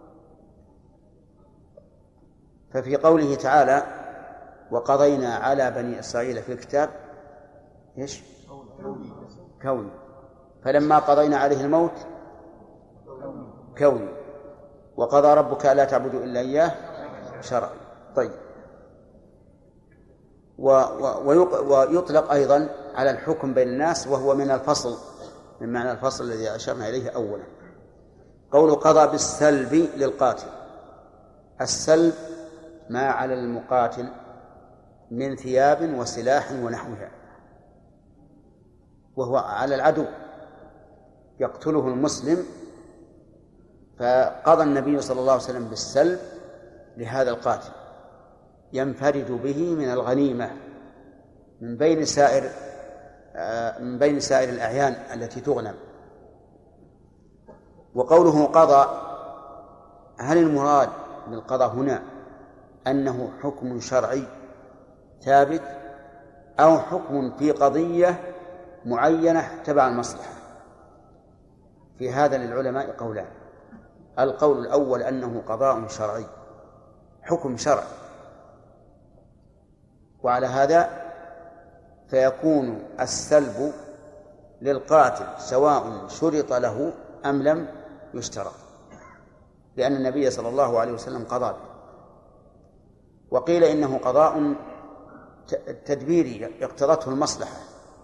ففي قوله تعالى: وقضينا على بني إسرائيل في الكتاب إيش؟ كوني، فلما قضينا عليه الموت كوني، وقضى ربك ألا تعبدوا إلا إياه شرعي. طيب، ويطلق أيضا على الحكم بين الناس، وهو من الفصل، من معنى الفصل الذي أشرنا إليه أولا. قول قضى بالسلب للقاتل، السلب ما على المقاتل من ثياب وسلاح ونحوها، وهو على العدو يقتله المسلم، فقضى النبي صلى الله عليه وسلم بالسلب لهذا القاتل ينفرد به من الغنيمة من بين سائر من بين سائر الأعيان التي تغنم. وقوله قضى، هل المراد بالقضاء هنا أنه حكم شرعي ثابت أو حكم في قضية معينة تبع المصلحة؟ في هذا للعلماء قولان. القول الأول أنه قضاء شرعي، حكم شرعي، وعلى هذا فيكون السلب للقاتل سواء شرط له أم لم يشترط، لأن النبي صلى الله عليه وسلم قضى به. وقيل إنه قضاء تدبيري اقتضته المصلحة،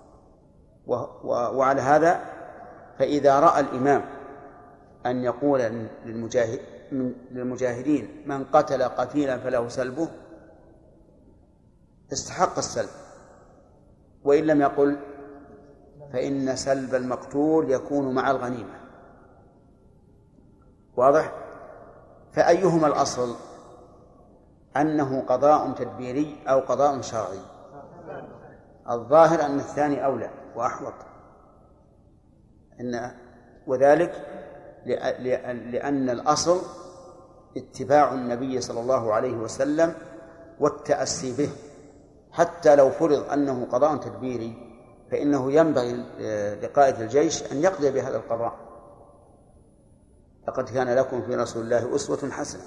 وعلى هذا فإذا رأى الإمام أن يقول للمجاهد للمجاهدين من قتل قتيلا فله سلبه استحق السلب، وإن لم يقل فإن سلب المقتول يكون مع الغنيمة. واضح؟ فأيهما الأصل، أنه قضاء تدبيري أو قضاء شرعي؟ الظاهر أن الثاني أولى وأحوط، إن وذلك لأن الأصل اتباع النبي صلى الله عليه وسلم والتأسي به، حتى لو فرض أنه قضاء تدبيري فإنه ينبغي لقائد الجيش أن يقضي بهذا القضاء. لقد كان لكم في رسول الله أسوة حسنة.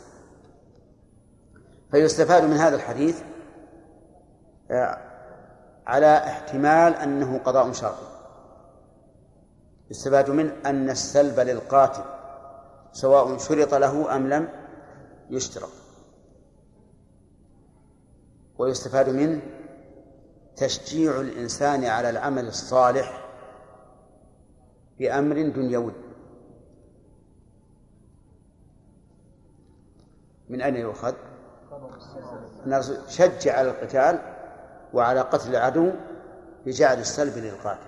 فيستفاد من هذا الحديث على احتمال أنه قضاء شرعي، يستفاد منه أن السلب للقاتل سواء شرط له أم لم يشترط. ويستفاد منه تشجيع الإنسان على العمل الصالح بأمر دنيوي. من أين يؤخذ؟ شجع على القتال وعلى قتل العدو بجعل السلب للقاتل.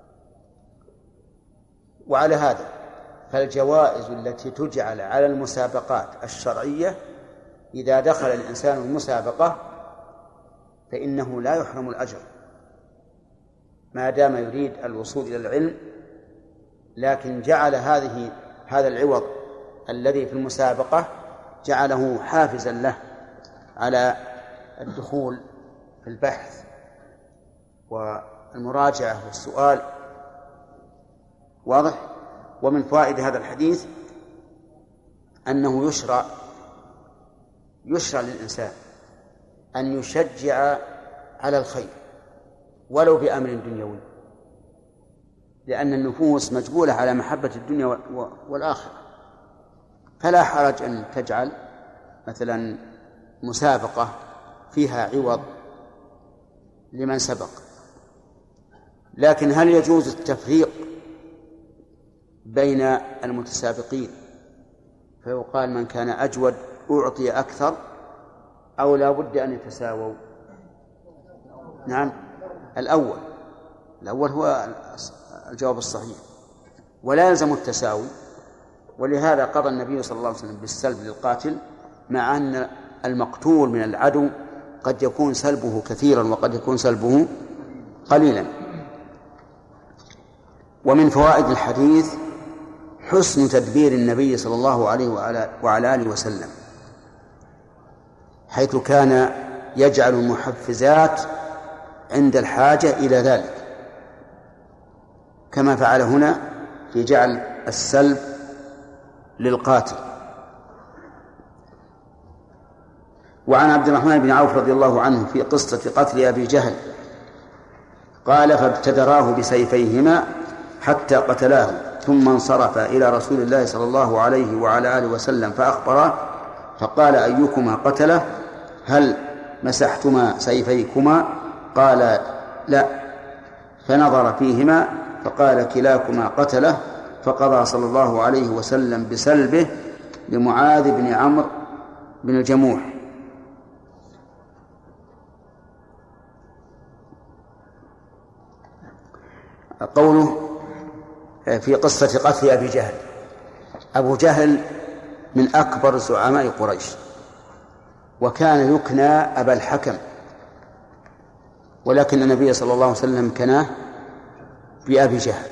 وعلى هذا فالجوائز التي تجعل على المسابقات الشرعية إذا دخل الإنسان المسابقة فإنه لا يحرم الأجر ما دام يريد الوصول إلى العلم، لكن جعل هذه هذا العوض الذي في المسابقة جعله حافزا له على الدخول في البحث والمراجعة والسؤال. واضح؟ ومن فوائد هذا الحديث أنه يشرع يشرع للإنسان أن يشجع على الخير ولو بأمر دنيوي، لأن النفوس مجبولة على محبة الدنيا والآخرة، فلا حرج أن تجعل مثلا مسابقة فيها عوض لمن سبق. لكن هل يجوز التفريق بين المتسابقين فيقال من كان أجود أعطي أكثر، أو لا بد أن يتساووا؟ نعم، الأول الأول هو الجواب الصحيح، ولا يلزم التساوي. ولهذا قضى النبي صلى الله عليه وسلم بالسلب للقاتل، مع أن المقتول من العدو قد يكون سلبه كثيرا وقد يكون سلبه قليلا. ومن فوائد الحديث حسن تدبير النبي صلى الله عليه وعلى آله وسلم، حيث كان يجعل المحفزات عند الحاجة إلى ذلك، كما فعل هنا في جعل السلب للقاتل. وعن عبد الرحمن بن عوف رضي الله عنه في قصة قتل أبي جهل قال فابتدراه بسيفيهما حتى قتلاه، ثم انصرف إلى رسول الله صلى الله عليه وعلى آله وسلم فأخبره، فقال أيكما قتله؟ هل مسحتما سيفيكما؟ قال لا. فنظر فيهما فقال كلاكما قتله، فقضى صلى الله عليه وسلم بسلبه لمعاذ بن عمرو بن الجموح. قوله في قصة قتل أبي جهل. أبو جهل من أكبر زعماء قريش، وكان يكنى أبا الحكم، ولكن النبي صلى الله عليه وسلم كناه بأبي جهل،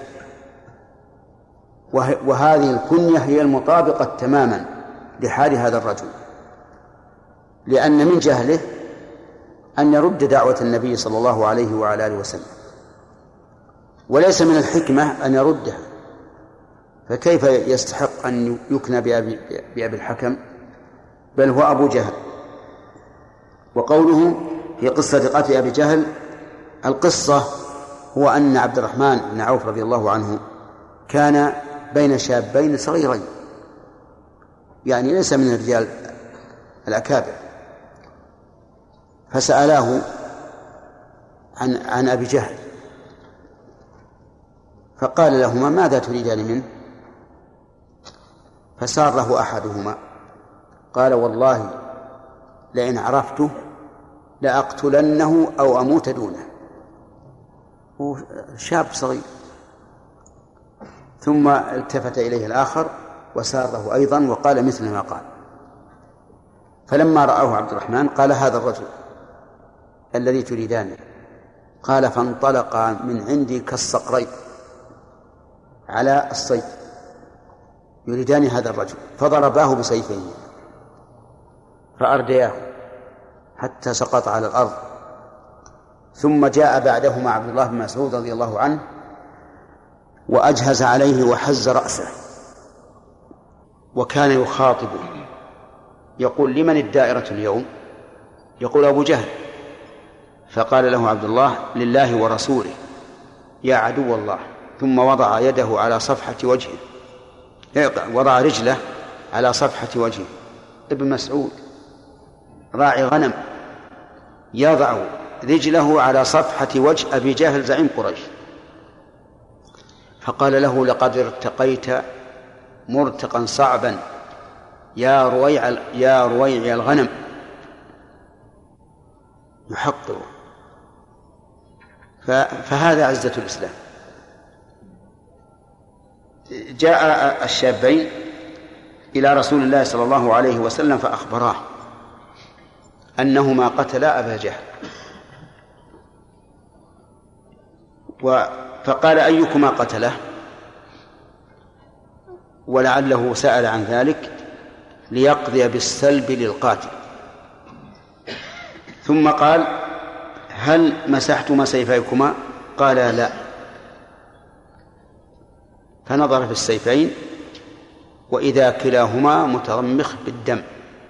وهذه الكنية هي المطابقة تماما لحال هذا الرجل، لأن من جهله أن يرد دعوة النبي صلى الله عليه وعلى آله وسلم، وليس من الحكمة أن يردها، فكيف يستحق أن يكنى بأبي, بأبي الحكم؟ بل هو أبو جهل. وقوله في قصة قتل أبي جهل، القصة هو أن عبد الرحمن بن عوف رضي الله عنه كان بين شابين صغيرين، يعني ليس من الرجال الأكابر، فسألاه عن, عن أبي جهل، فقال لهما: ماذا تريدان منه؟ فسار له أحدهما قال: والله لئن عرفته لأقتلنه أو أموت دونه. هو شاب صغير. ثم التفت إليه الآخر وسار له أيضا وقال مثل ما قال. فلما رآه عبد الرحمن قال: هذا الرجل الذي تريدانه. قال: فانطلقا من عندي كالصقرين على الصيد يريدان هذا الرجل، فضرباه بسيفين فأردياه حتى سقط على الأرض. ثم جاء بعدهما عبد الله بن مسعود رضي الله عنه وأجهز عليه وحز رأسه، وكان يخاطبه يقول: لمن الدائرة اليوم؟ يقول: أبو جهل. فقال له عبد الله: لله ورسوله يا عدو الله. ثم وضع يده على صفحة وجهه، وضع رجله على صفحة وجهه. ابن مسعود راعي غنم يضع رجله على صفحة وجه أبي جهل زعيم قريش، فقال له: لقد ارتقيت مرتقا صعبا يا رويع يا رويع الغنم. يحقره. فهذا عزة الإسلام. جاء الشابين إلى رسول الله صلى الله عليه وسلم فأخبراه أنهما قتلا أبا جهل، فقال: أيكما قتله؟ ولعله سأل عن ذلك ليقضي بالسلب للقاتل. ثم قال: هل مسحتما سيفيكما؟ قال: لا. فنظر في السيفين وإذا كلاهما مترمخ بالدم،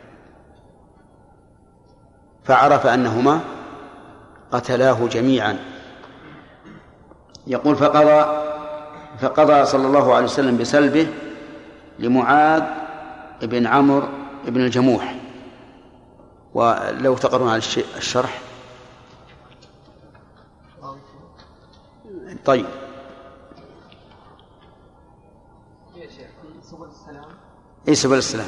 فعرف أنهما قتلاه جميعا. يقول: فقضى فقضى صلى الله عليه وسلم بسلبه لمعاذ بن عمرو بن الجموح. ولو تقرون على الشرح. طيب. اي سبل السلام.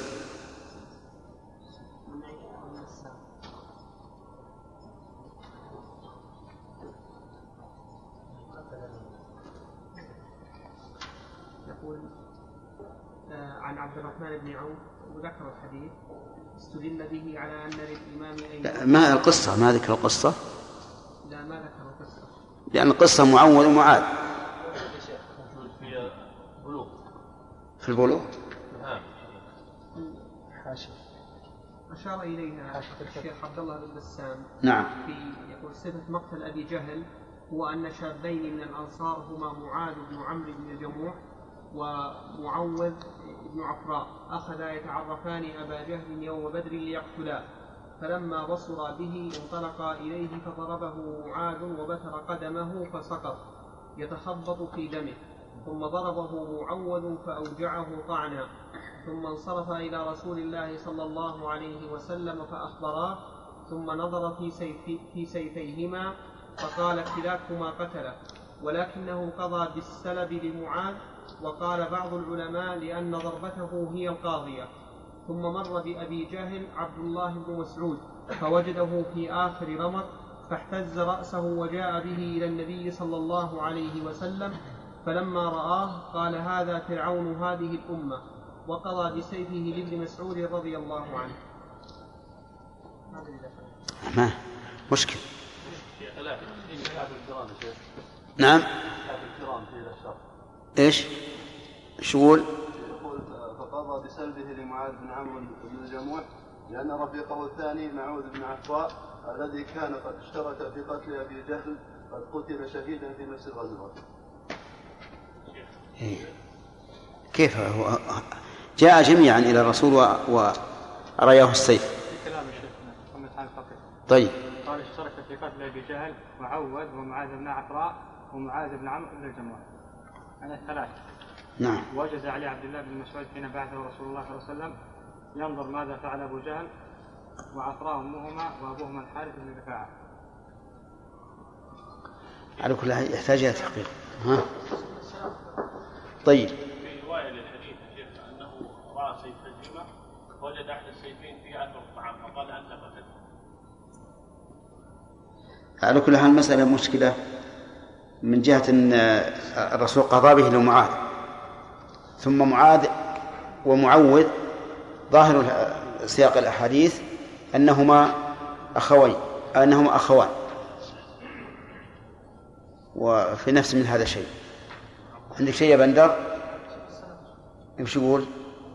يقول عن عبد الرحمن بن عوف وذكر الحديث استدل به على أن للإمام أي ما القصة؟ ما ذكر القصة؟ لا ما ذكر القصة، لأن القصة معول ومعاد في البلوغ. أشار إليها الشيخ عبد الله بن بسام. نعم. في يقول: صفة مقتل أبي جهل هو أن شابين من الأنصار هما معاذ بن عمرو بن الجموح ومعوذ بن عفراء أخذا يتعرفان أبا جهل يوم بدر ليقتلاه، فلما بصر به انطلقا إليه فضربه معاذ وبتر قدمه فسقط يتخبط في دمه، ثم ضربه معوذ فأوجعه طعنا، ثم انصرف إلى رسول الله صلى الله عليه وسلم فأخبراه، ثم نظر في, سيف في سيفيهما فقال: كلاكما قتله، ولكنه قضى بالسلب لمعاذ. وقال بعض العلماء لأن ضربته هي القاضية. ثم مر بأبي جهل عبد الله بن مسعود فوجده في آخر رمق فاحتز رأسه وجاء به إلى النبي صلى الله عليه وسلم، فلما رآه قال: هذا فرعون هذه الأمة، وقضى بسيفه لابن مسعود رضي الله عنه. ما مشكل. نعم. ايش؟ شغول؟ يقول: فقضى بسلبه لمعاذ بن عمرو بن الجموح لأن رفيقه الثاني معوذ بن عفراء الذي كان قد اشترك في قتل أبي جهل قد قتل شهيدا في نفس الغزوة. كيف هو جاء جميعا إلى الرسول ورأيه السيف؟ طيب. قال: اشترك في قتل أبي جهل وعوذ ومعاذ بن عفراء ومعاذ بن عمرو بن الجموح، أنا الثلاث. نعم. وجز علي عبد الله بن مسعود حين بعثه رسول الله صلى الله عليه وسلم ينظر ماذا فعل أبو جهل وعفراء أمهما وأبوهما الحارث بن رفاعة. على كل حال يحتاج إلى تحقيق. ها. طيب. في رواية للحديث شيخ أنه رأى سيف هزيمة وجد أحد السيفين في أثر الطعام فقال: أنت قتلت. على كل حال المسألة مشكلة من جهة أن الرسول قضى به لمعاذ، ثم معاذ ومعوذ ظاهر سياق الأحاديث أنهما أخوين أنهما أخوان، وفي نفس من هذا الشيء. عندك شيء يا بندر؟ ايش يقول؟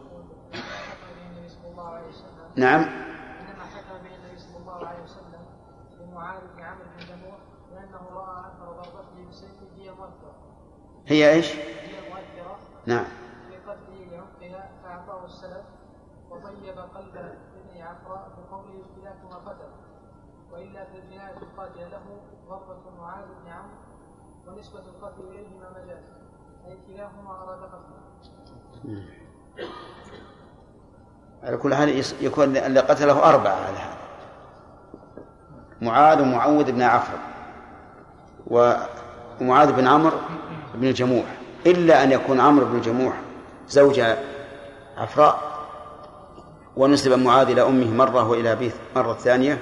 نعم. إنما حكم به النبي صلى الله عليه وسلم لمعاذ بن عمرو بن الجموح لأنه رأى أثر ضربته بسيفه هي مؤثرة. هي ايش؟ هي مؤثرة. نعم. في قتله لعمقها فأعطاه السلف وطيب قلب ابن عفراء بقوله: اختلافهما قتل، وإلا في الجناية القاتل له ضربة معاذ بن عمرو ونسبة القتل إليهما مجاز، أي كلاهما أراد قتله. على كل حال يكون اللي قتله أربعة على هذا: معاذ ومعوذ بن عفراء ومعاذ بن عمرو بن الجموح، إلا أن يكون عمرو بن الجموح زوج عفراء ونسب معاذ إلى أمه مرة وإلى أبيه مرة ثانية.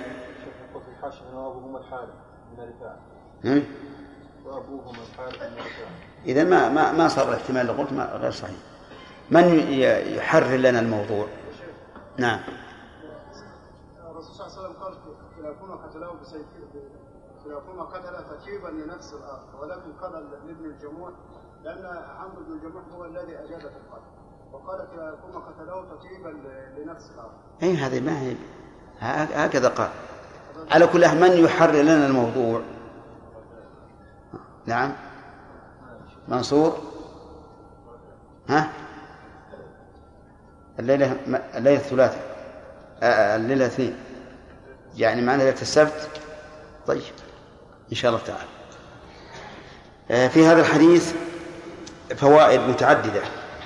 إذا ما ما ما صار الاحتمال اللي قلت ما غير صحيح. من يحرر لنا الموضوع؟ نعم. الرسول صلى الله عليه وسلم قال: كلاكما قتله بسيفه، كلاكما قتل تتيبا لنفس الآخر، ولكن قال لابن الجموح لأن عمرو بن الجموح هو الذي أجاد في القتل، وقال كلاكما قتله تتيبا لنفس الآخر. أي هذه ما هي هكذا قال. على كل حال من يحرر لنا الموضوع؟ نعم. منصور. ها؟ الليلة الليلة الثلاثاء الليلة الاثنين يعني معنا ليلة السبت. طيب إن شاء الله تعالى. في هذا الحديث فوائد متعددة،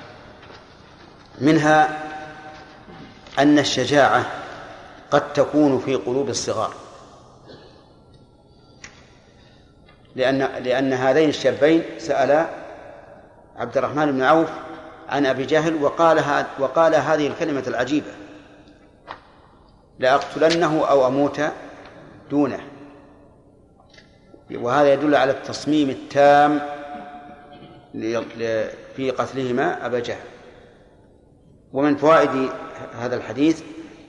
منها أن الشجاعة قد تكون في قلوب الصغار، لأن لأن هذين الشابين سألا عبد الرحمن بن عوف عن أبي جهل وقال وقال هذه الكلمة العجيبة: لأقتلنه أو أموت دونه. وهذا يدل على التصميم التام في قتلهما أبا جهل. ومن فوائد هذا الحديث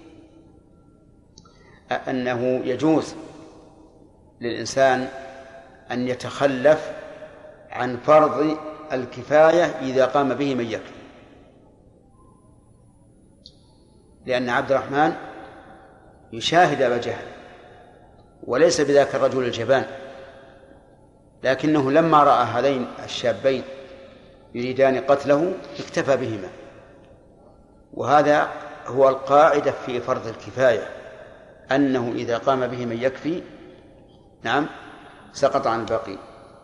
أنه يجوز للإنسان أن يتخلف عن فرض الكفاية إذا قام به من يكفي، لأن عبد الرحمن يشاهد أبا جهل وليس بذاك الرجل الجبان، لكنه لما رأى هذين الشابين يريدان قتله اكتفى بهما. وهذا هو القاعدة في فرض الكفاية، أنه إذا قام به من يكفي نعم سقط عن الباقي.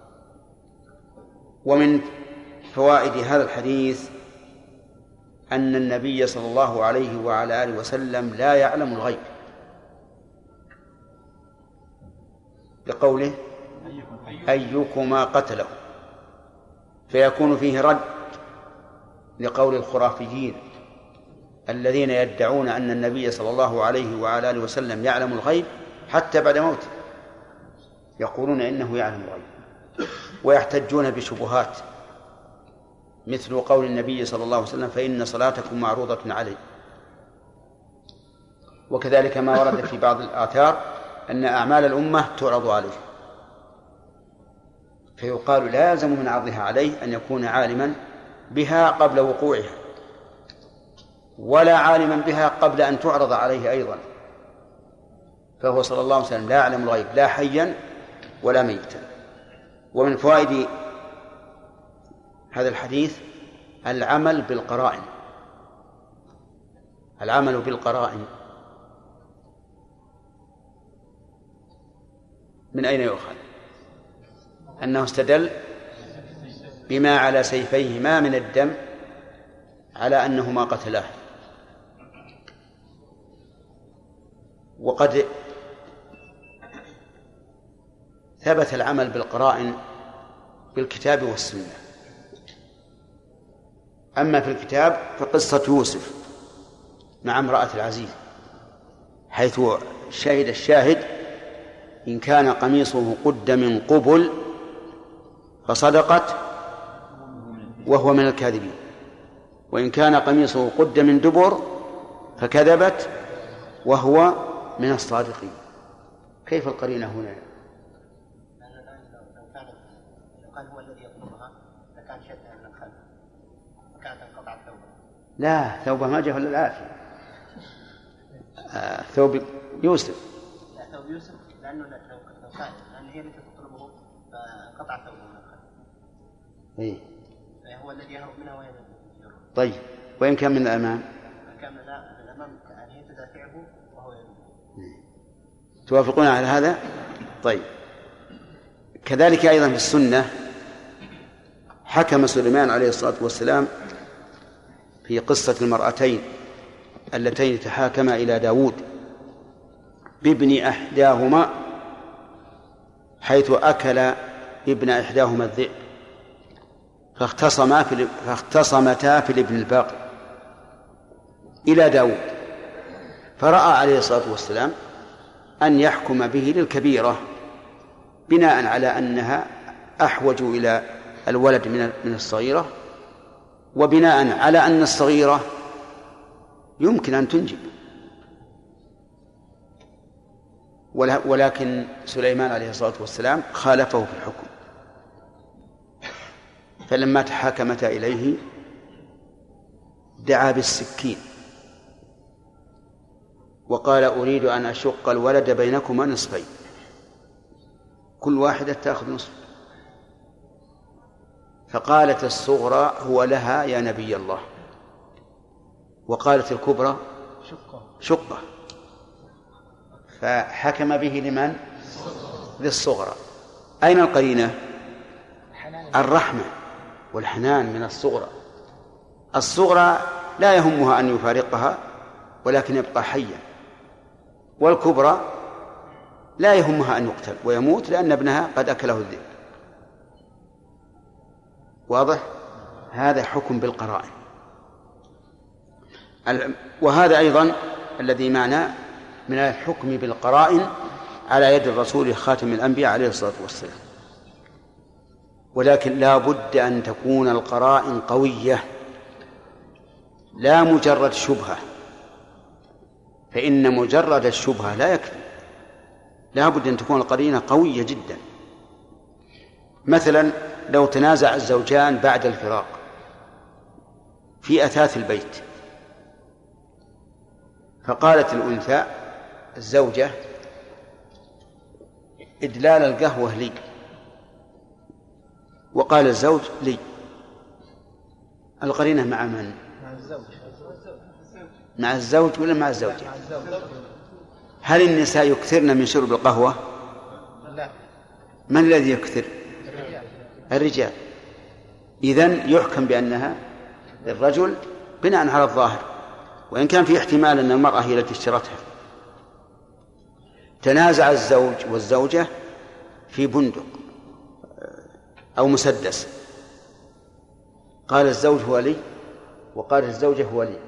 ومن فوائد هذا الحديث أن النبي صلى الله عليه وعلى آله وسلم لا يعلم الغيب، بقوله: أيكما قتله، فيكون فيه رد لقول الخرافيين الذين يدعون أن النبي صلى الله عليه وعلى آله وسلم يعلم الغيب حتى بعد موته. يقولون إنه يعلم الغيب، ويحتجون بشبهات مثل قول النبي صلى الله عليه وسلم فإن صلاتكم معروضة علي. وكذلك ما ورد في بعض الآثار أن أعمال الأمة تعرض عليه، فيقال لا يلزم من عرضها عليه أن يكون عالما بها قبل وقوعها، ولا عالما بها قبل أن تعرض عليه أيضا، فهو صلى الله عليه وسلم لا يعلم الغيب لا حيا ولا ميتا. ومن فوائد هذا الحديث العمل بالقرائن، العمل بالقرائن. من أين يؤخذ؟ أنه استدل بما على سيفيهما من الدم على أنهما قتلاه. وقد ثبت العمل بالقرائن بالكتاب والسنة. أما في الكتاب فقصة يوسف مع امرأة العزيز، حيث شهد الشاهد إن كان قميصه قد من قبل فصدقت وهو من الكاذبين، وإن كان قميصه قد من دبر فكذبت وهو من الصادقين. كيف القرينة هنا؟ لو كان لو كان هو الذي يطلبها لكان شدها من الخلف وكانت انقطعت ثوبه. لا، ثوبه ما جاء إلا العافية. آه ثوب يوسف. لا، ثوب يوسف لأنه لو لو كان لأن هي التي تطلبه فانقطع ثوبه من الخلف. إيه. فهو الذي يهرب منها وهي. طيب، وإن كان من الأمام؟ كان من الأمام كأن هي تدافعه وهو يهرب. توافقون على هذا؟ طيب. كذلك أيضا في السنة حكم سليمان عليه الصلاة والسلام في قصة المرأتين اللتين تحاكما إلى داود بابن إحداهما، حيث أكل ابن إحداهما الذئب فاختصما في فاختصمتا في الابن الباقي إلى داود، فرأى عليه الصلاة والسلام أن يحكم به للكبيرة بناء على أنها أحوج إلى الولد من الصغيرة، وبناء على أن الصغيرة يمكن أن تنجب. ولكن سليمان عليه الصلاة والسلام خالفه في الحكم، فلما تحاكمتا إليه دعا بالسكين وقال أريد أن أشق الولد بينكما نصفين، كل واحدة تأخذ نصف. فقالت الصغرى هو لها يا نبي الله، وقالت الكبرى شقة، فحكم به لمن؟ للصغرى. أين القرينة؟ الرحمة والحنان من الصغرى. الصغرى لا يهمها أن يفارقها ولكن يبقى حيا، والكبرى لا يهمها أن يقتل ويموت لأن ابنها قد أكله الذئب. واضح؟ هذا حكم بالقرائن. وهذا أيضا الذي معناه من الحكم بالقرائن على يد الرسول خاتم الأنبياء عليه الصلاة والسلام. ولكن لا بد أن تكون القرائن قوية لا مجرد شبهة، فإن مجرد الشبهة لا يكفي، لا بد أن تكون القرينة قوية جدا. مثلا لو تنازع الزوجان بعد الفراق في أثاث البيت، فقالت الأنثى الزوجة إدلال القهوة لي، وقال الزوج لي، القرينة مع من؟ مع الزوج. مع الزوج ولا مع الزوجة؟ هل النساء يكثرن من شرب القهوة؟ لا. من الذي يكثر؟ الرجال. الرجال. إذن يحكم بأنها للرجل بناء على الظاهر، وإن كان في احتمال أن المرأة هي التي اشترتها. تنازع الزوج والزوجة في بندق أو مسدس، قال الزوج هو لي وقال الزوجة هو لي،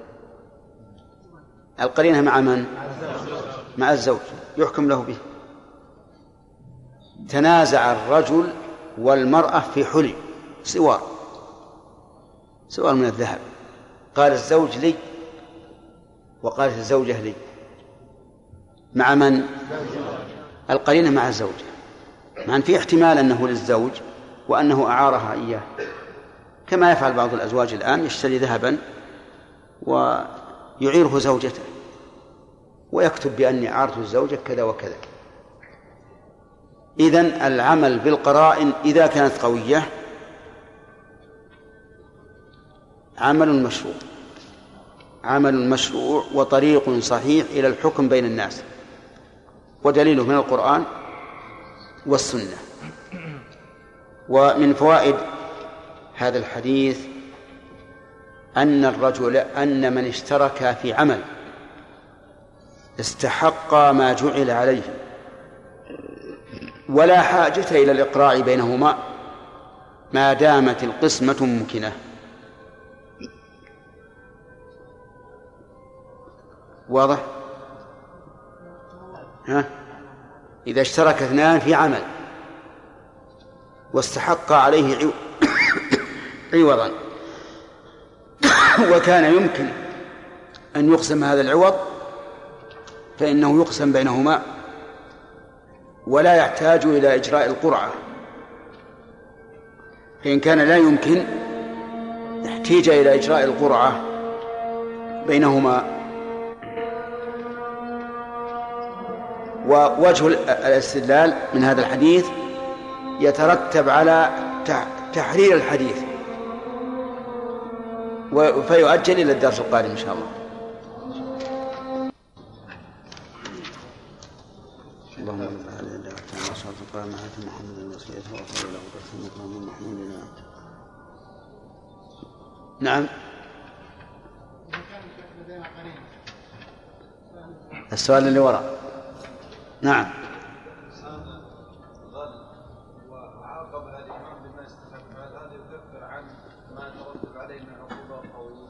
القرينة مع من؟ مع الزوج، يحكم له به. تنازع الرجل والمرأة في حلي سوار سوار من الذهب، قال الزوج لي وقالت الزوجة لي، مع من؟ القرينة مع الزوجة، مع أن في احتمال أنه للزوج وأنه أعارها إياه، كما يفعل بعض الأزواج الآن، يشتري ذهبا ويعيره زوجته ويكتب بأني أعرت الزوجة كذا وكذا. إذن العمل بالقرائن إذا كانت قوية عمل مشروع، عمل مشروع وطريق صحيح إلى الحكم بين الناس، ودليله من القرآن والسنة. ومن فوائد هذا الحديث أن الرجل أن من اشترك في عمل استحق ما جعل عليه، ولا حاجة إلى الإقراع بينهما ما دامت القسمة ممكنة. واضح؟ ها؟ إذا اشترك اثنان في عمل واستحق عليه عوضا وكان يمكن أن يقسم هذا العوض فإنه يقسم بينهما ولا يحتاج إلى إجراء القرعة، فإن كان لا يمكن احتاج إلى إجراء القرعة بينهما. ووجه الاستدلال من هذا الحديث يترتب على تحرير الحديث فيؤجل إلى الدرس القادم إن شاء الله. اللهم صل على سيدنا محمد الوسيلة وصلى الله محمود. نعم. السؤال اللي وراء. نعم. وعاقب الإمام بما استحق، هل هذا يكفر عن ما ترتب عليه من عقوبة قوية؟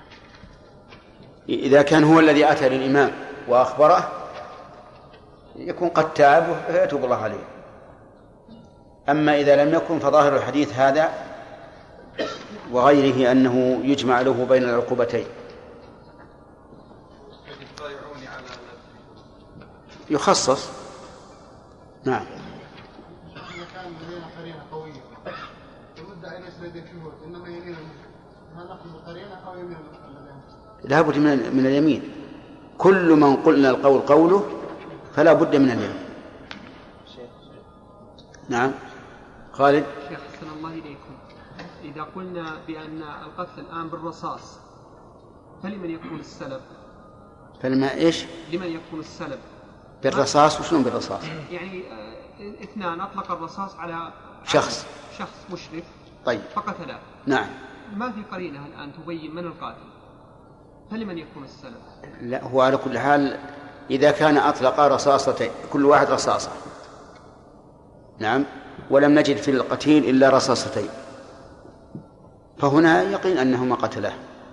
إذا كان هو الذي أتى للإمام وأخبره يكون قد تاب فيتوب الله عليه. أما إذا لم يكن فظاهر الحديث هذا وغيره أنه يجمع له بين العقوبتين. يخصص. نعم. إذا كان لدينا قرينة قوية المدعي ليس لديه شهود إنما يمين، هل نأخذ القرينة أو يمين؟ لا بد من, من اليمين. كل من قلنا القول قوله فلا بد من اليمين. نعم. خالد. شيخ حسن الله إليكم، إذا قلنا بأن القتل الآن بالرصاص فلمن يكون السلب؟ فلما إيش؟ لمن يكون السلب؟ بالرصاص. وشلون بالرصاص؟ يعني اثنان أطلق الرصاص على شخص شخص مشرف طيب فقتله. نعم. ما في قرينة الآن تبين من القاتل، فلمن يكون السلب؟ لا، هو على كل حال إذا كان أطلق رصاصتين كل واحد رصاصة، نعم، ولم نجد في القتيل إلا رصاصتين، فهنا يقين أنهما قتله.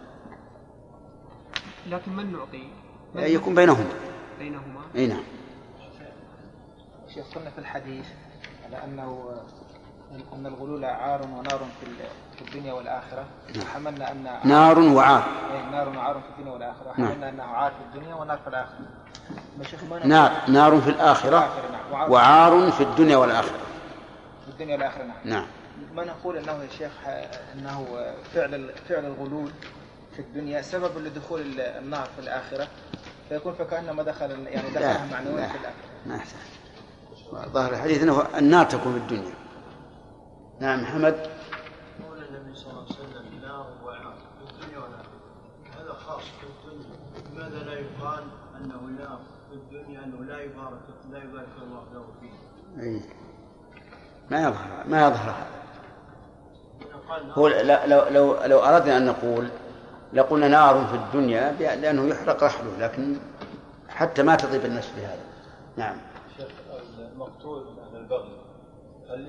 لكن من نعطي؟ من يكون بينهما بينهما أي نعم. شيخ قلنا في الحديث على أنه أن الغلول عار ونار في الدنيا والآخرة، وحملنا أن نار وعار نار وعار في الدنيا والآخرة، وحملنا أنه عار في الدنيا ونار في الآخرة. نار نار في الآخرة وعار في الدنيا والآخرة. في الدنيا والآخرة نعم. نعم. ما نقول أنه يا شيخ أنه فعل فعل الغلول في الدنيا سبب لدخول النار في الآخرة، فيكون فكأنما دخل يعني دخلها معنويا في الآخرة. ما يحتاج. ظاهر الحديث أنه النار تكون في الدنيا. نعم. محمد. قول النبي صلى الله عليه وسلم نار وعار في الدنيا والآخرة، هذا خاص في الدنيا، لماذا لا يقال أنه نار في الدنيا أنه لا يبارك لا يبارك الله له فيه؟ أي ما يظهر ما يظهر هذا. هو لو لو لو أردنا أن نقول لقلنا نار في الدنيا لأنه يحرق رحله، لكن حتى ما تطيب النفس بهذا. نعم. شيخ المقتول من البغي هل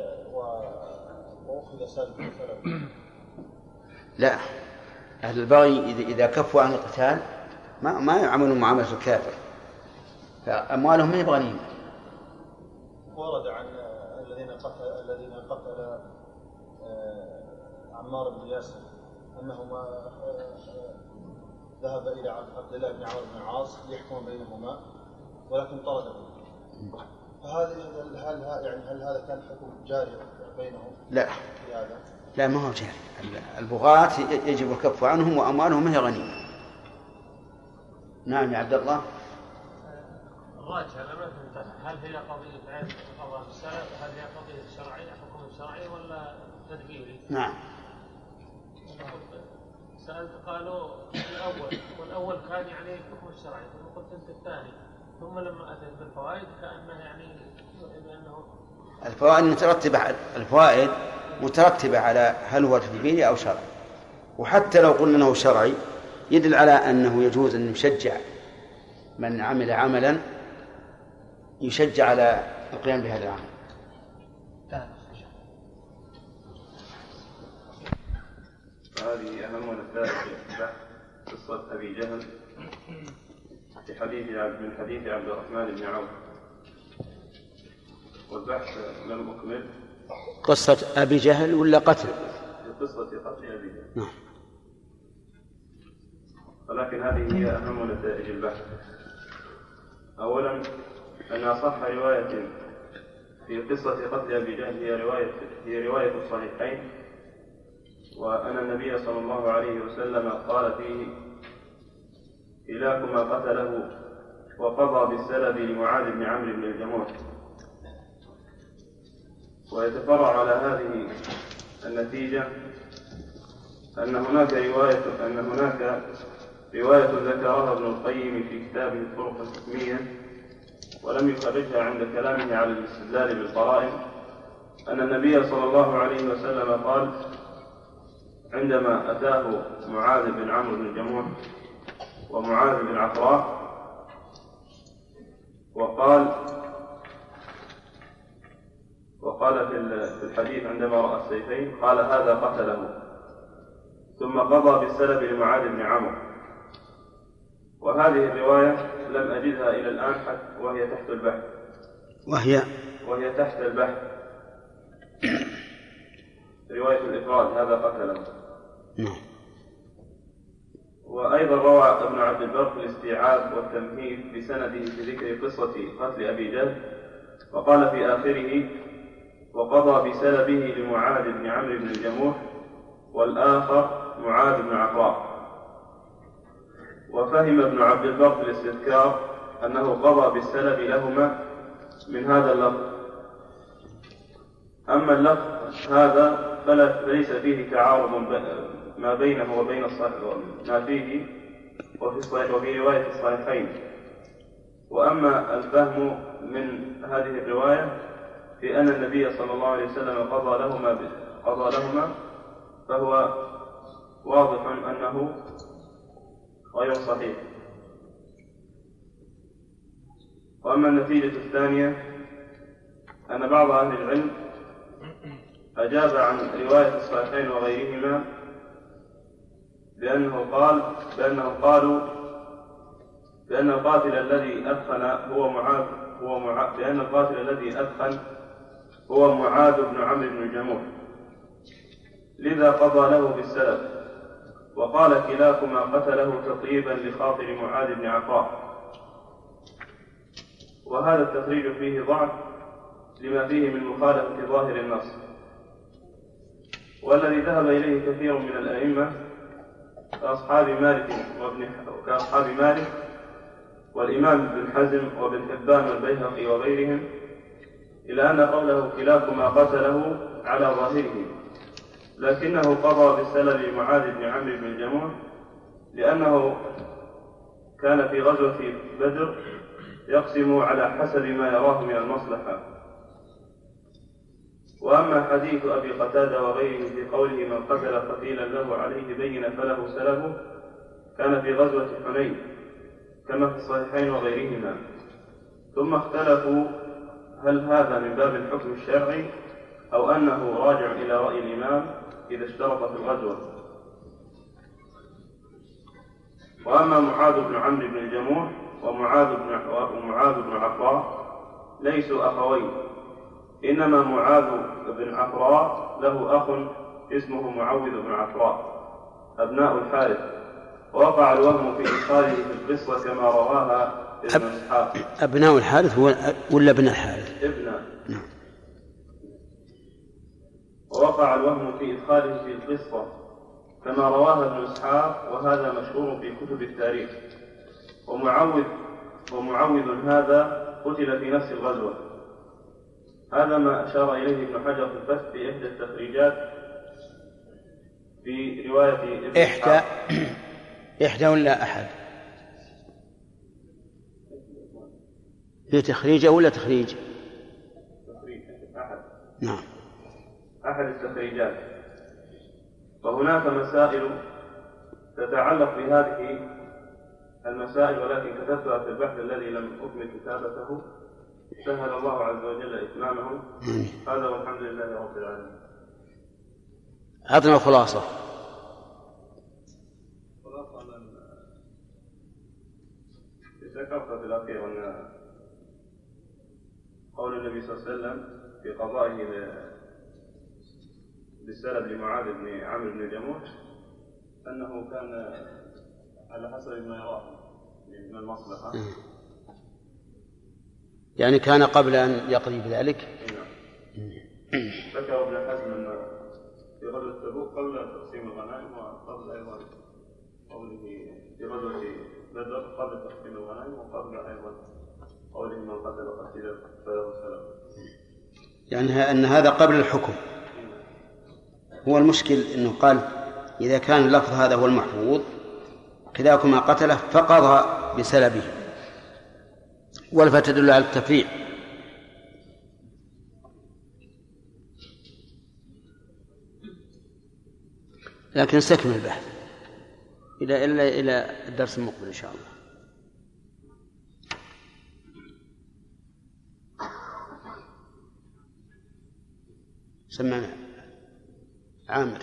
وأخذ سلب لا، أهل البغي إذا كفوا عن القتال ما ما يعملون معاملة الكافر، فأموالهم من غنيمة. ورد عن الذين قتل الذين قتل عمار بن ياسر أنهما ذهب إلى عبد الله بن عمرو بن العاص ليحكم بينهما ولكن طرده. فهذه هل يعني هل هذا كان حكم جاري بينهم؟ لا في هذا؟ لا ما هو جاري. البغاة يجب الكف عنهم وأموالهم هي غنيمة. نعم يا عبد الله. الراجح هل هي قضية عين قضاء السلف هل هي قضية شرعية حكم شرعي ولا تدبيري؟ نعم. سألت قالوا الأول والأول كان يعني حكم الشرعي ثم قلت أنت الثاني ثم لما أتيت بالفوائد كأنه يعني بأنه الفوائد مترتبة الفوائد مترتبة على هل هو تدبيري أو شرعي، وحتى لو قلنا أنه شرعي يدل على أنه يجوز أن نشجع من عمل عملا يشجع على القيام بهذا العمل. هذه أهم مسائل البحث قصة أبي جهل في حديث من حديث عبد الرحمن بن عوف، والبحث لم أكمل. قصة أبي جهل ولا قتل؟ قصة قتل أبي جهل. نعم. ولكن هذه هي أهم نتائج البحث. أولا أن أصح رواية في قصة قتل أبي جهل هي رواية هي رواية الصحيحين، وأن النبي صلى الله عليه وسلم قال فيه: كلاكما قتله وقضى بالسلب لمعاذ بن عمرو بن الجموح. ويتفرع على هذه النتيجة أن هناك رواية أن هناك رواية ذكرها ابن القيم في كتابه الطرق الحكمية ولم يخرجها عند كلامه على الاستدلال بالقرائن، أن النبي صلى الله عليه وسلم قال عندما أتاه معاذ بن عمرو بن الجموح ومعاذ بن عفراء وقال وقال في الحديث عندما رأى السيفين قال: هذا قتله، ثم قضى بالسلب لمعاذ بن عمرو. وهذه الرواية لم أجدها إلى الآن حتى وهي تحت البحث وهي وهي تحت البحث رواية الإفراد هذا قتله. وأيضا روى ابن عبد البر في الاستيعاب والتمهيد بسنده في ذكر قصة قتل أبي جهل، وقال في آخره: وقضى بسلبه لمعاذ بن عمرو بن الجموح، والآخر معاذ بن عفراء. وفهم ابن عبد البر في الاستذكار أنه قضى بالسلب لهما من هذا اللفظ. أما اللفظ هذا فليس فيه تعارض ما بينه وبين الصحيح ما فيه وفي الصحيح وفي رواية الصحيحين. وأما الفهم من هذه الرواية في أن النبي صلى الله عليه وسلم قضى لهما قضى لهما فهو واضح أنه غير صحيح. وأما النتيجة الثانية أن بعض أهل العلم أجاب عن رواية الصحيحين وغيرهما بأنه قال بأنه قالوا بأن القاتل الذي أدخن هو معاذ هو معاذ بأن القاتل الذي أدخن هو معاذ بن عمرو بن الجموح، لذا قضى له بالسلب. وقال: كلاكما قتله تطيبا لخاطر معاذ بن عفراء. وهذا التخريج فيه ضعف لما فيه من مخالفة ظاهر النص، والذي ذهب إليه كثير من الأئمة كأصحاب مالك وابن كأصحاب مالك والإمام ابن حزم وابن حبان والبيهقي وغيرهم إلى أن قوله كلاكما قتله على ظاهره، لكنه قضى بالسلب لمعاذ بن عمرو بن الجموح لأنه كان في غزوة بدر يقسم على حسب ما يراه من المصلحة. وأما حديث أبي قتادة وغيره في قوله: من قتل قتيلا له عليه بينة فله سلبه، كان في غزوة حنين كما في الصحيحين وغيرهما. ثم اختلفوا هل هذا من باب الحكم الشرعي أو أنه راجع إلى رأي الإمام إذا اشترط في الغزوة. وأما معاذ بن عمرو بن الجموح ومعاذ بن ومعاذ بن عفراء ليسوا أخوين إنما معاذ بن عفراء له أخ اسمه معوذ بن عفراء أبناء الحارث، ووقع الوهم في إدخاله في القصة كما رواها ابن إسحاق. أبناء الحارث ولا ابن الحارث؟ ابن. ووقع الوهم في إدخاله في القصة كما رواها ابن إسحاق، وهذا مشهور في كتب التاريخ. ومعوذ ومعوذ هذا قتل في نفس الغزوة. هذا ما أشار إليه ابن حجر في الفتح في إحدى التخريجات في رواية ابن إحدى إحدى ولا أحد؟ في تخريجه ولا تخريج؟ تخريج أحد. نعم. أحد التخريجات. وهناك مسائل تتعلق بهذه المسائل، ولكن كتبتها في البحث الذي لم أكمل كتابته، سهل الله عز وجل إتمامه. هذا والحمد لله رب العالمين. أعطنا خلاصة. خلاصة ذكرت في الأخير أن قول النبي صلى الله عليه وسلم في قضائه بالسلب لمعاذ بن عمرو بن الجموح أنه كان على حسب ما يراه من المصلحة، يعني كان قبل أن يقضي بذلك. ذكر ابن حزم أن في غزوة تبوك قبل تقسيم الغنائم، وقبل أيضا قوله في غزوة بدر قبل تقسيم الغنائم، وقبل أيضا قوله من قتل قتيلا فله سلام. يعني أن هذا قبل الحكم. هو المشكل أنه قال إذا كان اللفظ هذا هو المحفوظ كذاكما قتله فقضى بسلبه، والفاء تدل على التفريع. لكن نستكمل البحث إلى إلى إلى الدرس المقبل إن شاء الله. سمعنا عامر.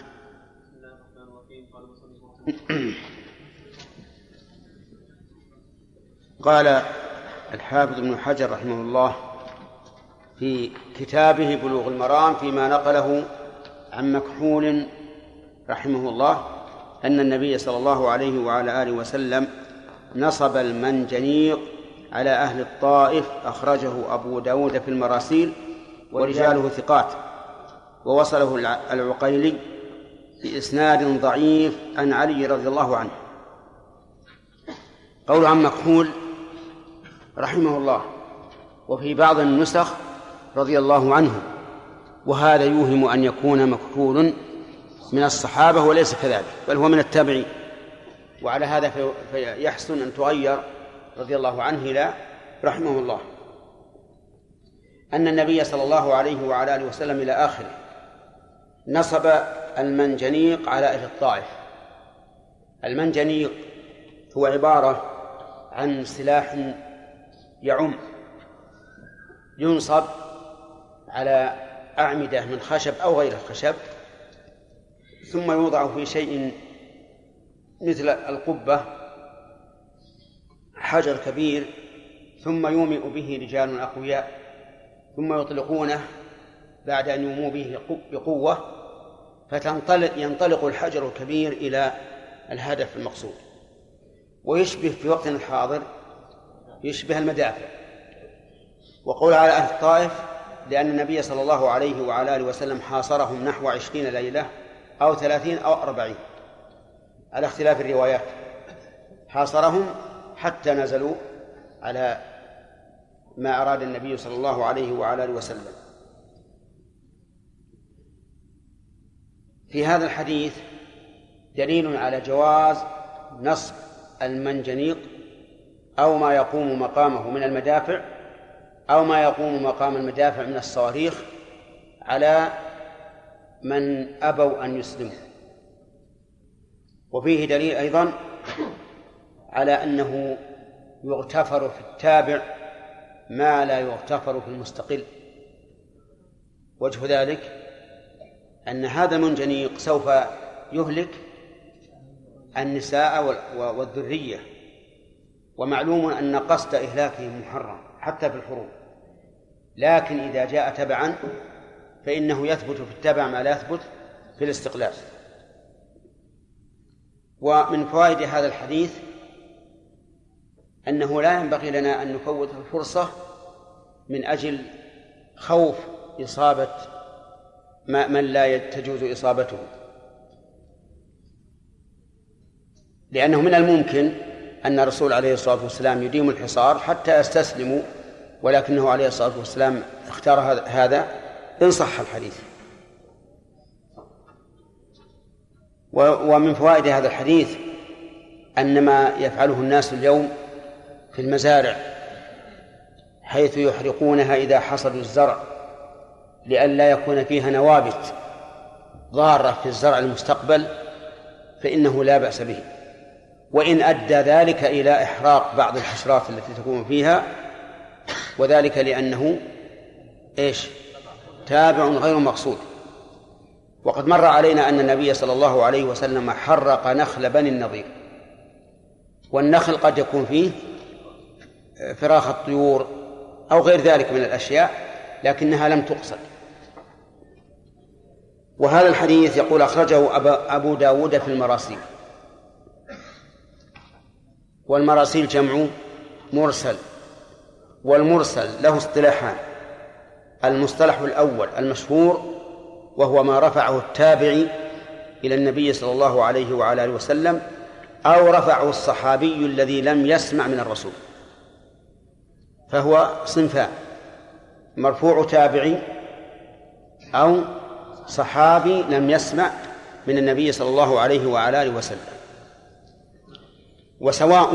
قال الحافظ ابن حجر رحمه الله في كتابه بلوغ المرام فيما نقله عن مكحول رحمه الله أن النبي صلى الله عليه وعلى آله وسلم نصب المنجنيق على أهل الطائف، أخرجه أبو داود في المراسيل ورجاله ثقات، ووصله العقيلي بإسناد ضعيف عن علي رضي الله عنه. قول عن مكحول رحمه الله، وفي بعض النسخ رضي الله عنه، وهذا يوهم أن يكون مكحول من الصحابة وليس كذلك، بل هو من التابعين، وعلى هذا فيحسن أن تغير رضي الله عنه إلى رحمه الله. أن النبي صلى الله عليه وعلى آله وسلم إلى آخره نصب المنجنيق على أهل الطائف. المنجنيق هو عبارة عن سلاح يعم ينصب على أعمدة من خشب أو غير الخشب، ثم يوضع في شيء مثل القبة حجر كبير، ثم يومئ به رجال أقوياء، ثم يطلقونه بعد أن يوموا به بقوة، فتنطلق ينطلق الحجر الكبير إلى الهدف المقصود، ويشبه في وقتنا الحاضر يشبه المدافع. وقول على أهل الطائف لأن النبي صلى الله عليه وعلى آله وسلم حاصرهم نحو عشرين ليلة أو ثلاثين أو أربعين على اختلاف الروايات، حاصرهم حتى نزلوا على ما أراد النبي صلى الله عليه وعلى آله وسلم. في هذا الحديث دليل على جواز نصب المنجنيق أو ما يقوم مقامه من المدافع أو ما يقوم مقام المدافع من الصواريخ على من أبوا أن يسلموا. وفيه دليل أيضا على أنه يغتفر في التابع ما لا يغتفر في المستقل. وجه ذلك أن هذا المنجنيق سوف يهلك النساء والذرية، ومعلوم أن قصد إهلاكهم محرم حتى في الحروب، لكن إذا جاء تبعا فإنه يثبت في التبع ما لا يثبت في الاستقلال. ومن فوائد هذا الحديث أنه لا ينبغي لنا أن نفوت الفرصة من أجل خوف إصابة من لا تجوز إصابته، لأنه من الممكن أن الرسول عليه الصلاة والسلام يديم الحصار حتى يستسلموا، ولكنه عليه الصلاة والسلام اختار هذا إن صح الحديث. ومن فوائد هذا الحديث أن ما يفعله الناس اليوم في المزارع حيث يحرقونها إذا حصدوا الزرع لئلا يكون فيها نوابت ضارة في الزرع المستقبل فإنه لا بأس به، وإن أدى ذلك إلى إحراق بعض الحشرات التي تكون فيها، وذلك لأنه إيش؟ تابع غير مقصود. وقد مر علينا أن النبي صلى الله عليه وسلم حرق نخل بني النضير، والنخل قد يكون فيه فراخ الطيور أو غير ذلك من الأشياء لكنها لم تقصد. وهذا الحديث يقول أخرجه أبو داود في المراسيل، والمراسيل جمع مرسل، والمرسل له اصطلاحان: المصطلح الأول المشهور وهو ما رفعه التابعي إلى النبي صلى الله عليه وعلى آله وسلم أو رفعه الصحابي الذي لم يسمع من الرسول، فهو صنفان: مرفوع تابعي أو صحابي لم يسمع من النبي صلى الله عليه وعلى آله وسلم. وسواء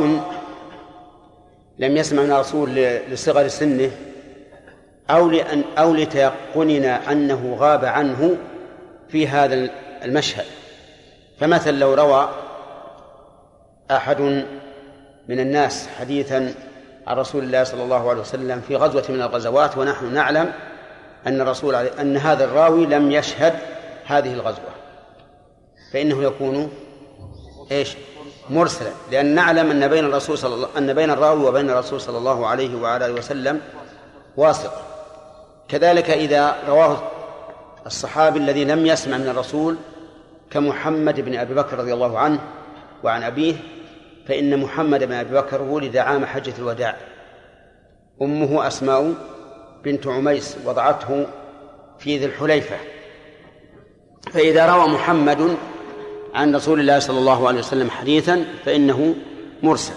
لم يسمع من الرسول لصغر سنه أو لأن أو لتيقننا أنه غاب عنه في هذا المشهد. فمثلا لو روى أحد من الناس حديثا عن رسول الله صلى الله عليه وسلم في غزوة من الغزوات ونحن نعلم أن الرسول أن هذا الراوي لم يشهد هذه الغزوة، فإنه يكون إيش؟ مرسلا، لأن نعلم أن بين الرسول صلى الله أن بين الراوي وبين الرسول صلى الله عليه وعلى آله وسلم واسطة. كذلك إذا رواه الصحابي الذي لم يسمع من الرسول كمحمد بن أبي بكر رضي الله عنه وعن أبيه، فإن محمد بن أبي بكر ولد عام حجة الوداع، أمه أسماء بنت عميس وضعته في ذي الحليفة. فإذا روى محمد عن رسول الله صلى الله عليه وسلم حديثا فإنه مرسل.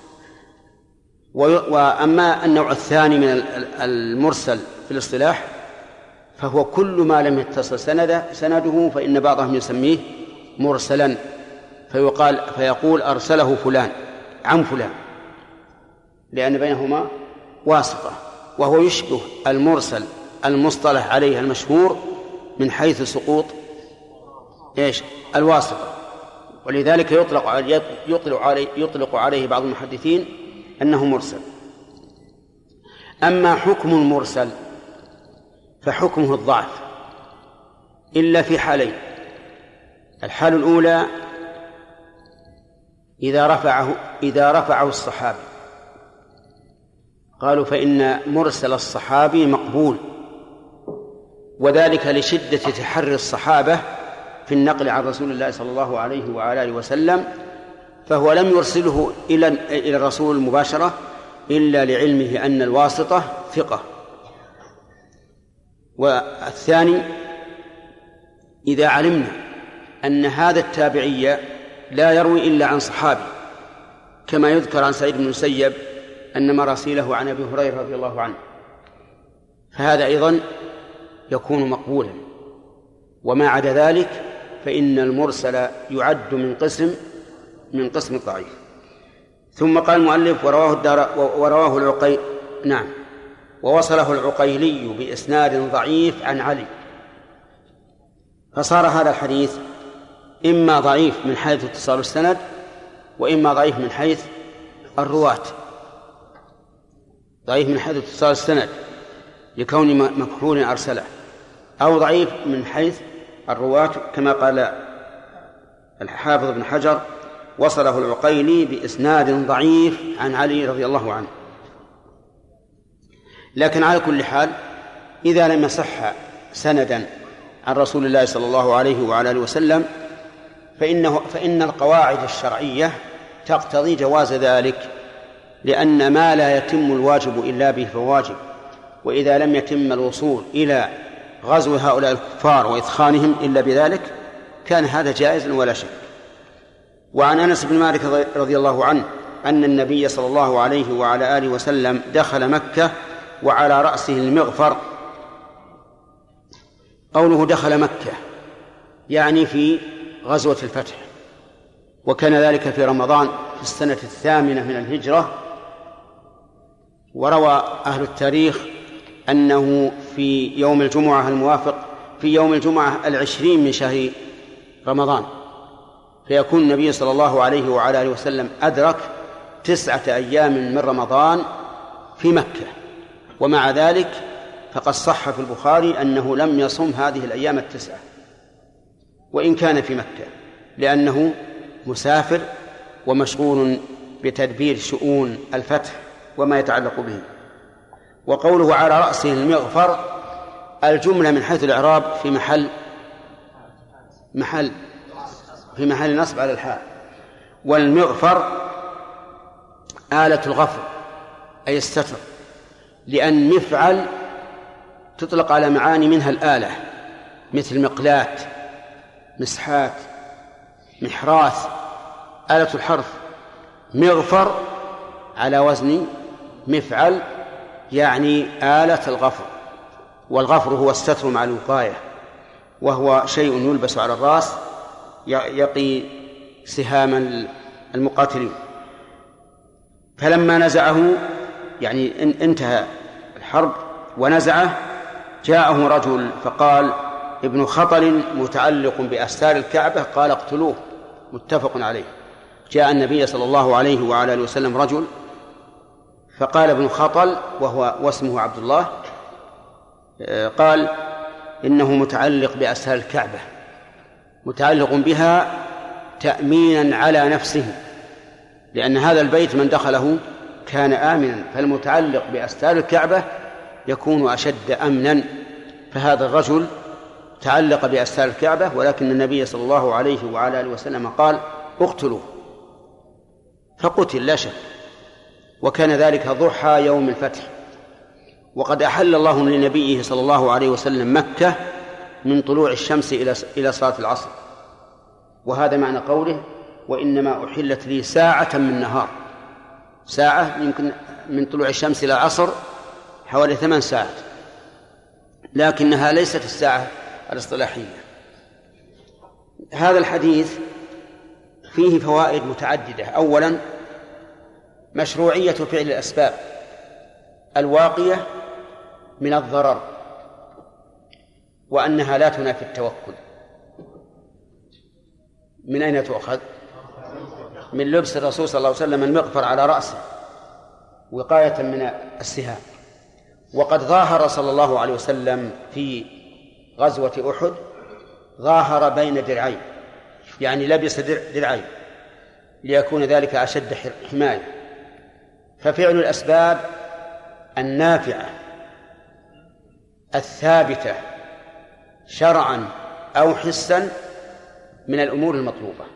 وأما النوع الثاني من المرسل في الاصطلاح فهو كل ما لم يتصل سنده سنده فإن بعضهم يسميه مرسلا، فيقال فيقول أرسله فلان عن فلان، لأن بينهما واسطة، وهو يشبه المرسل المصطلح عليه المشهور من حيث سقوط إيش؟ الواسطة. ولذلك يطلق عليه يطلق عليه يطلق عليه بعض المحدثين أنه مرسل. أما حكم المرسل فحكمه الضعف إلا في حالين: الحال الأولى إذا رفعه إذا رفعه الصحابي، قالوا فإن مرسل الصحابي مقبول، وذلك لشدة تحري الصحابة في النقل عن رسول الله صلى الله عليه وعلى آله وسلم، فهو لم يرسله إلى إلى الرسول مباشرة إلا لعلمه أن الواسطة ثقة. والثاني إذا علمنا أن هذا التابعي لا يروي إلا عن صحابي، كما يذكر عن سعيد بن المسيب أن مراسيله عن أبي هريرة رضي الله عنه، فهذا أيضا يكون مقبولا. وما عدا ذلك فإن المرسل يعد من قسم من قسم الضعيف. ثم قال المؤلف ورواه الدار ورواه العقيل نعم ووصله العقيلي بإسناد ضعيف عن علي، فصار هذا الحديث إما ضعيف من حيث اتصال السند وإما ضعيف من حيث الرواة. ضعيف من حيث اتصال السند لكون مكحول أرسله، أو ضعيف من حيث الرواة كما قال الحافظ بن حجر وصله العقيلي بإسناد ضعيف عن علي رضي الله عنه. لكن على كل حال إذا لم يصح سندا عن رسول الله صلى الله عليه وعلى آله وسلم فإنه فإن القواعد الشرعية تقتضي جواز ذلك، لأن ما لا يتم الواجب إلا به فواجب، وإذا لم يتم الوصول إلى غزو هؤلاء الكفار وإثخانهم إلا بذلك كان هذا جائزا ولا شك. وعن أنس بن مالك رضي الله عنه أن النبي صلى الله عليه وعلى آله وسلم دخل مكة وعلى رأسه المغفر. قوله دخل مكة يعني في غزوة الفتح، وكان ذلك في رمضان في السنة الثامنة من الهجرة. وروى أهل التاريخ أنه في يوم الجمعة الموافق في يوم الجمعة العشرين من شهر رمضان، فيكون النبي صلى الله عليه وعلى آله وسلم أدرك تسعة أيام من رمضان في مكة. ومع ذلك فقد صح في البخاري أنه لم يصم هذه الأيام التسعة وإن كان في مكة، لأنه مسافر ومشغول بتدبير شؤون الفتح وما يتعلق به. وقوله على رأسه المغفر الجملة من حيث الإعراب في محل محل في محل نصب على الحال. والمغفر آلة الغفر أي الستر، لأن مفعل تطلق على معاني منها الآلة، مثل مقلاة، مسحات، محراث، آلة الحرف. مغفر على وزن مفعل يعني آلة الغفر، والغفر هو الستر مع الوقاية، وهو شيء يلبس على الرأس يقي سهام المقاتلين. فلما نزعه يعني انتهى الحرب ونزعه جاءه رجل فقال ابن خطل متعلق بأستار الكعبة، قال اقتلوه، متفق عليه. جاء النبي صلى الله عليه وعلى آله وسلم رجل فقال ابن خطل وهو واسمه عبد الله، قال إنه متعلق بأستار الكعبة، متعلق بها تأمينا على نفسه، لأن هذا البيت من دخله كان آمنا، فالمتعلق بأستار الكعبة يكون أشد أمنا. فهذا الرجل تعلق بأستار الكعبة، ولكن النبي صلى الله عليه وعلى آله وسلم قال اقتلوه، فقتل لا شك. وكان ذلك ضحى يوم الفتح، وقد أحل الله لنبيه صلى الله عليه وسلم مكة من طلوع الشمس إلى إلى صلاة العصر، وهذا معنى قوله وإنما أحلت لي ساعة من نهار. ساعة يمكن من طلوع الشمس إلى العصر حوالي ثمان ساعات، لكنها ليست الساعة الاصطلاحية. هذا الحديث فيه فوائد متعددة. أولا مشروعية فعل الأسباب الواقية من الضرر، وأنها لا تنافي التوكل. من أين تؤخذ؟ من لبس الرسول صلى الله عليه وسلم المغفر على رأسه وقاية من السهام. وقد ظاهر صلى الله عليه وسلم في غزوة أحد، ظاهر بين درعين، يعني لبس درعين ليكون ذلك أشد حماية. ففعل الأسباب النافعة الثابتة شرعا أو حسا من الأمور المطلوبة.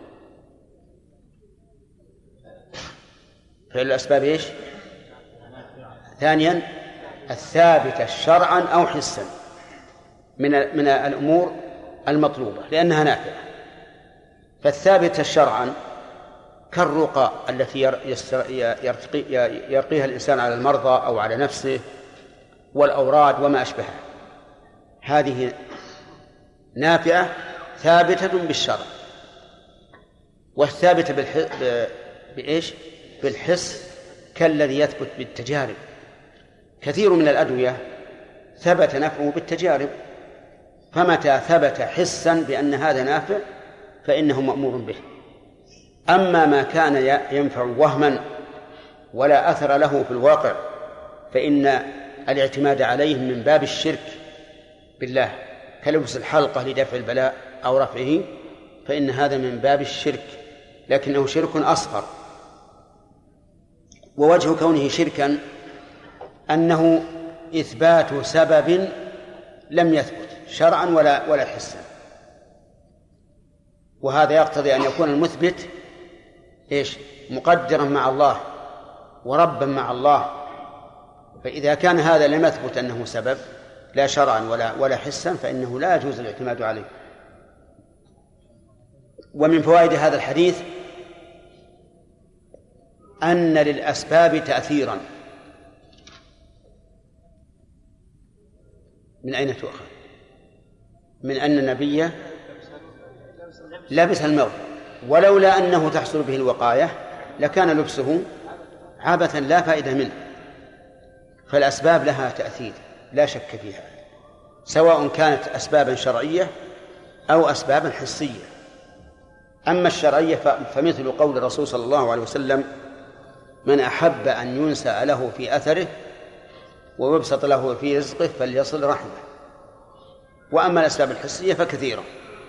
فعل الأسباب إيش؟ ثانيا الثابتة شرعا أو حسا من من الأمور المطلوبة لأنها نافعة. فالثابتة شرعا كالرقى التي يرتقي يرقيها الإنسان على المرضى أو على نفسه، والأوراد وما أشبهها، هذه نافعة ثابتة بالشرع. والثابتة بالحس بإيش؟ بالحس كالذي يثبت بالتجارب. كثير من الأدوية ثبت نفعه بالتجارب، فمتى ثبت حسا بأن هذا نافع فإنه مأمور به. أما ما كان ينفع وهما ولا أثر له في الواقع فإن الاعتماد عليه من باب الشرك بالله، كلبس الحلقة لدفع البلاء أو رفعه، فإن هذا من باب الشرك، لكنه شرك أصغر. ووجه كونه شركا أنه إثبات سبب لم يثبت شرعا ولا ولا حسا. وهذا يقتضي أن يكون المثبت إيش؟ مقدرا مع الله وربا مع الله. فإذا كان هذا لم يثبت أنه سبب لا شرعا ولا ولا حسا فإنه لا يجوز الاعتماد عليه. ومن فوائد هذا الحديث أن للأسباب تأثيرا. من أين تؤخذ؟ من أن النبي لبس الموت، ولولا أنه تحصل به الوقاية لكان لبسه عبثا لا فائدة منه. فالأسباب لها تأثير لا شك فيها، سواء كانت أسبابا شرعية أو أسبابا حسية. أما الشرعية فمثل قول الرسول صلى الله عليه وسلم: من أحب أن ينسأ له في أثره ويبسط له في رزقه فليصل رحمه. وأما الأسباب الحسية فكثيرة.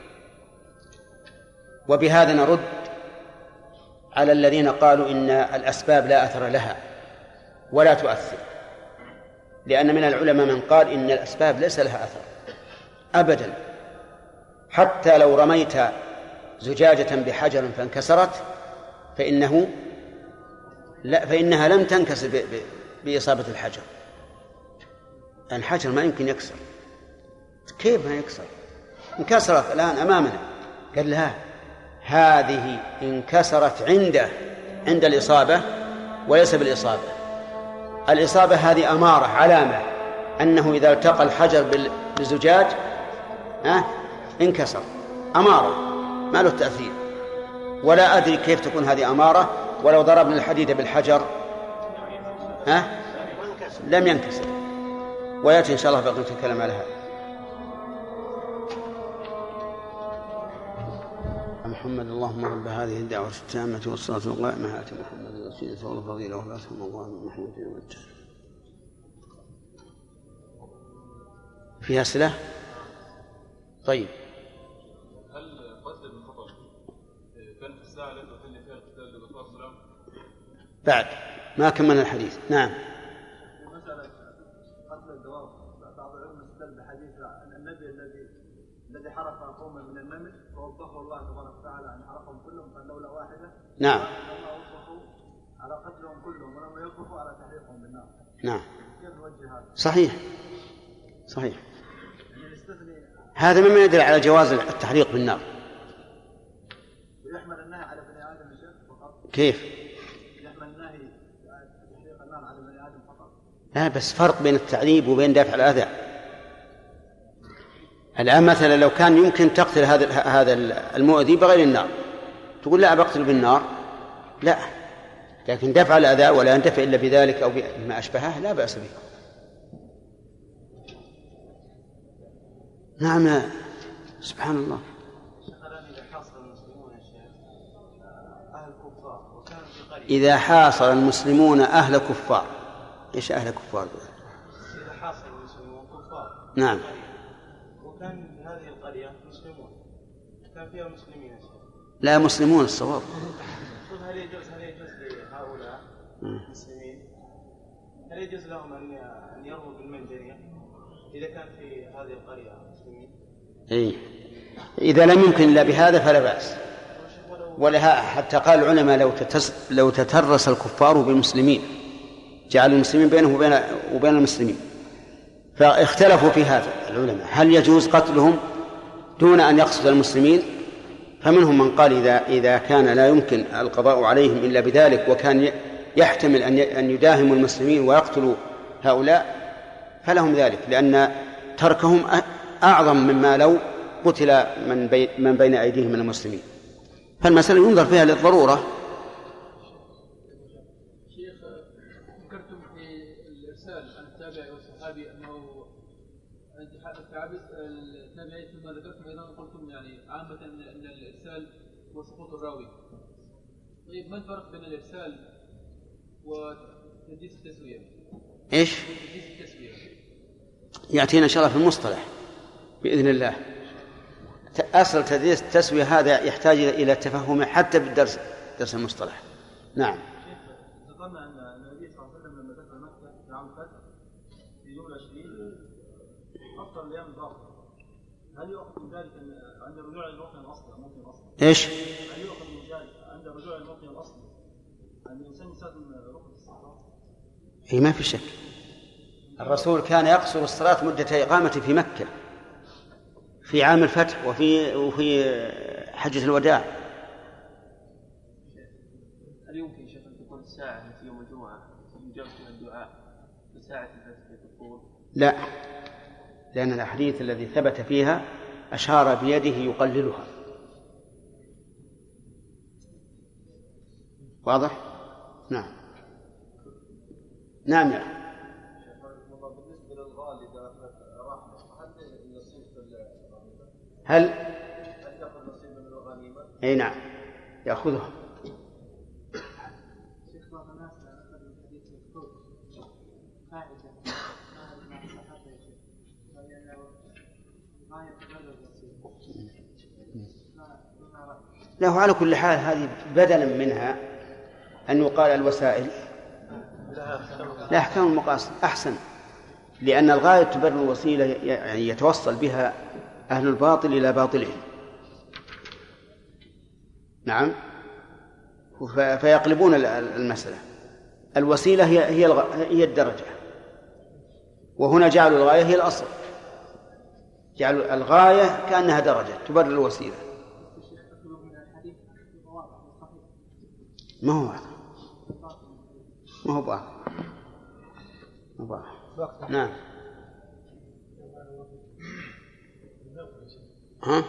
وبهذا نرد على الذين قالوا إن الأسباب لا أثر لها ولا تؤثر، لأن من العلماء من قال إن الأسباب ليس لها أثر أبدا. حتى لو رميت زجاجة بحجر فانكسرت فإنه لا فإنها لم تنكسر ب... ب... بإصابة الحجر. الحجر ما يمكن يكسر، كيف ما يكسر؟ انكسرت الآن أمامنا. قال لها هذه انكسرت عنده عند الإصابة وليس بالإصابة. الإصابة هذه أمارة علامة أنه إذا التقى الحجر بالزجاج ها انكسر، أمارة ما له تأثير. ولا أدري كيف تكون هذه أمارة ولو ضربنا الحديد بالحجر ها لم ينكسر. ويأتي إن شاء الله بقية الكلام على هذا. محمد اللهم رب هذه الدعوة التامة والصلاة القائمة آت محمد الوسيلة والفضيلة وبعثه الله محمود وجه. فيها أسئلة؟ طيب. هل قتل ابن خطر كان في الساعة التي أحل فيها القتال للرسول صلى الله عليه وسلم؟ بعد ما كملنا الحديث. نعم. مسألة قتل الدواب، بعض العلماء استدل بحديث النبي الذي الذي حرق قوما من النمل فوبخه الله تبارك وتعالى أن حرقهم كلهم فلولا واحدة. نعم. الله وصفوا على قتلهم كلهم ولم يوقفوا على تحريقهم بالنار. نعم. كيف نوجه هذا؟ صحيح صحيح. هذا مما يدل على جواز التحريق بالنار. ويحمل النهي على بني آدم فقط. كيف؟ يحمل النهي تحريق النار على بني آدم فقط. لا بس فرق بين التعذيب وبين دافع الأذى. الآن مثلا لو كان يمكن تقتل هذا هذا المؤذي بغير النار تقول لا بقتل بالنار، لا، لكن دفع الأذى ولا ينتفع إلا بذلك أو بما أشبهه لا بأس به. نعم سبحان الله. إذا حاصر المسلمون أهل كفار. إيش أهل كفار؟ إذا حاصر المسلمون كفار. نعم. وكان هذه القرية مسلمون، كان فيها مسلمين. لا مسلمون الصواب. هل يجوز هل يجوز لهؤلاء المسلمين هل يجوز لهم أن أن يرموا بالمنجنيق إذا كان في هذه القرية مسلمين؟ إيه إذا لم يمكن إلا بهذا فلا بأس. ولها حتى قال العلماء لو تتس لو تترس الكفار بالمسلمين جعلوا المسلمين بينهم وبين وبين المسلمين. فاختلفوا في هذا العلماء هل يجوز قتلهم دون أن يقصد المسلمين. فمنهم من قال إذا إذا كان لا يمكن القضاء عليهم إلا بذلك وكان يحتمل أن أن يداهموا المسلمين ويقتلوا هؤلاء فلهم ذلك، لأن تركهم أعظم مما لو قتل من بين من بين أيديهم من المسلمين. فالمسألة ينظر فيها للضرورة. شيخ ذكرتم في الإرسال عن التابعي والصحابي أنه التابعي ثم ذكرتم أيضا قلتم يعني عامة أن الإرسال هو سقوط الراوي. طيب ما الفرق بين الإرسال وتدليس التسوية؟ إيش؟ تدليس التسوية يأتينا إن شاء الله في المصطلح بإذن الله. أصل تدليس التسوية هذا يحتاج إلى تفهمه حتى بالدرس درس المصطلح. نعم. ذكرنا أن النبي صلى الله عليه وسلم لما دخل مكة في عام الفتح في يوم العشرين أفطر الأيام الباقية هل يؤخذ من ذلك عند رجوع الموطن الأصلي الموطن الأصلي؟ إيش؟ هل يؤخذ من ذلك عند رجوع الموطن الأصلي أن الإنسان يستخدم ركن الصلاة؟ هي ما في شك. الرسول كان يقصر الصلاة مدة إقامته في مكة في عام الفتح وفي وفي حجة الوداع. هل يمكن شيخ أن تكون الساعة التي يوم الجمعة يجوز فيها الدعاء بساعة الفتح تقول؟ لا، لأن الحديث الذي ثبت فيها أشار بيده يقللها. واضح؟ نعم نعم يا أخي. بالنسبة للغالي هل هل يأخذ نصيب من الغنيمة؟ أي نعم يأخذها. له على كل حال هذه بدلا منها أن يقال الوسائل لا أحكام المقاصد أحسن، لأن الغاية تبرر الوسيلة، يعني يتوصل بها أهل الباطل إلى باطلهم. نعم، فيقلبون المسألة. الوسيلة هي هي هي الدرجة، وهنا جعلوا الغاية هي الأصل، جعلوا الغاية كأنها درجة تبرر الوسيلة. ما هو ما هو باق ما باق نعم. ها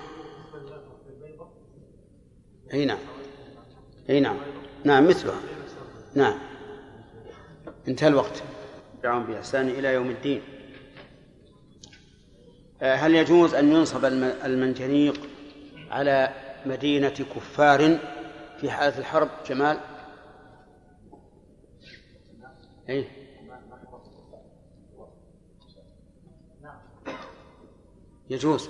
اي نعم اي نعم نعم مثلها. نعم انتهى الوقت. دعوهم بإحسان إلى يوم الدين. هل يجوز أن ينصب المنجنيق على مدينة كفار في حالة الحرب؟ جمال. أي يجوز.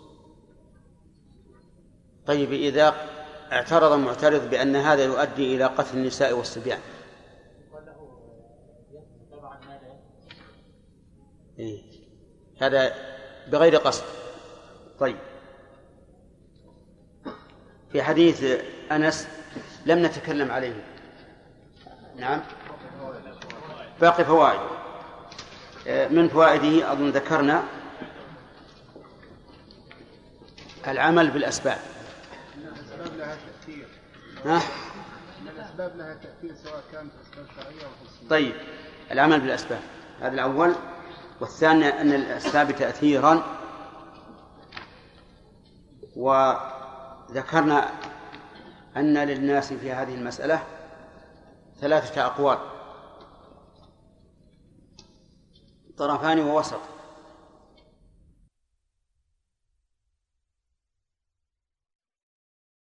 طيب إذا اعترض معترض بأن هذا يؤدي إلى قتل النساء والصبيان؟ إيه؟ هذا بغير قصد. طيب في حديث أنس لم نتكلم عليه. نعم باقي فوائد. من فوائده أظن ذكرنا العمل بالأسباب. الأسباب لها تأثير. ها؟ الأسباب لها تأثير سواء كانت أسباب شرعية أو حسية. طيب العمل بالأسباب هذا الأول. والثاني أن الأسباب تأثيرا. وذكرنا أن للناس في هذه المسألة ثلاثة أقوال، طرفان ووسط.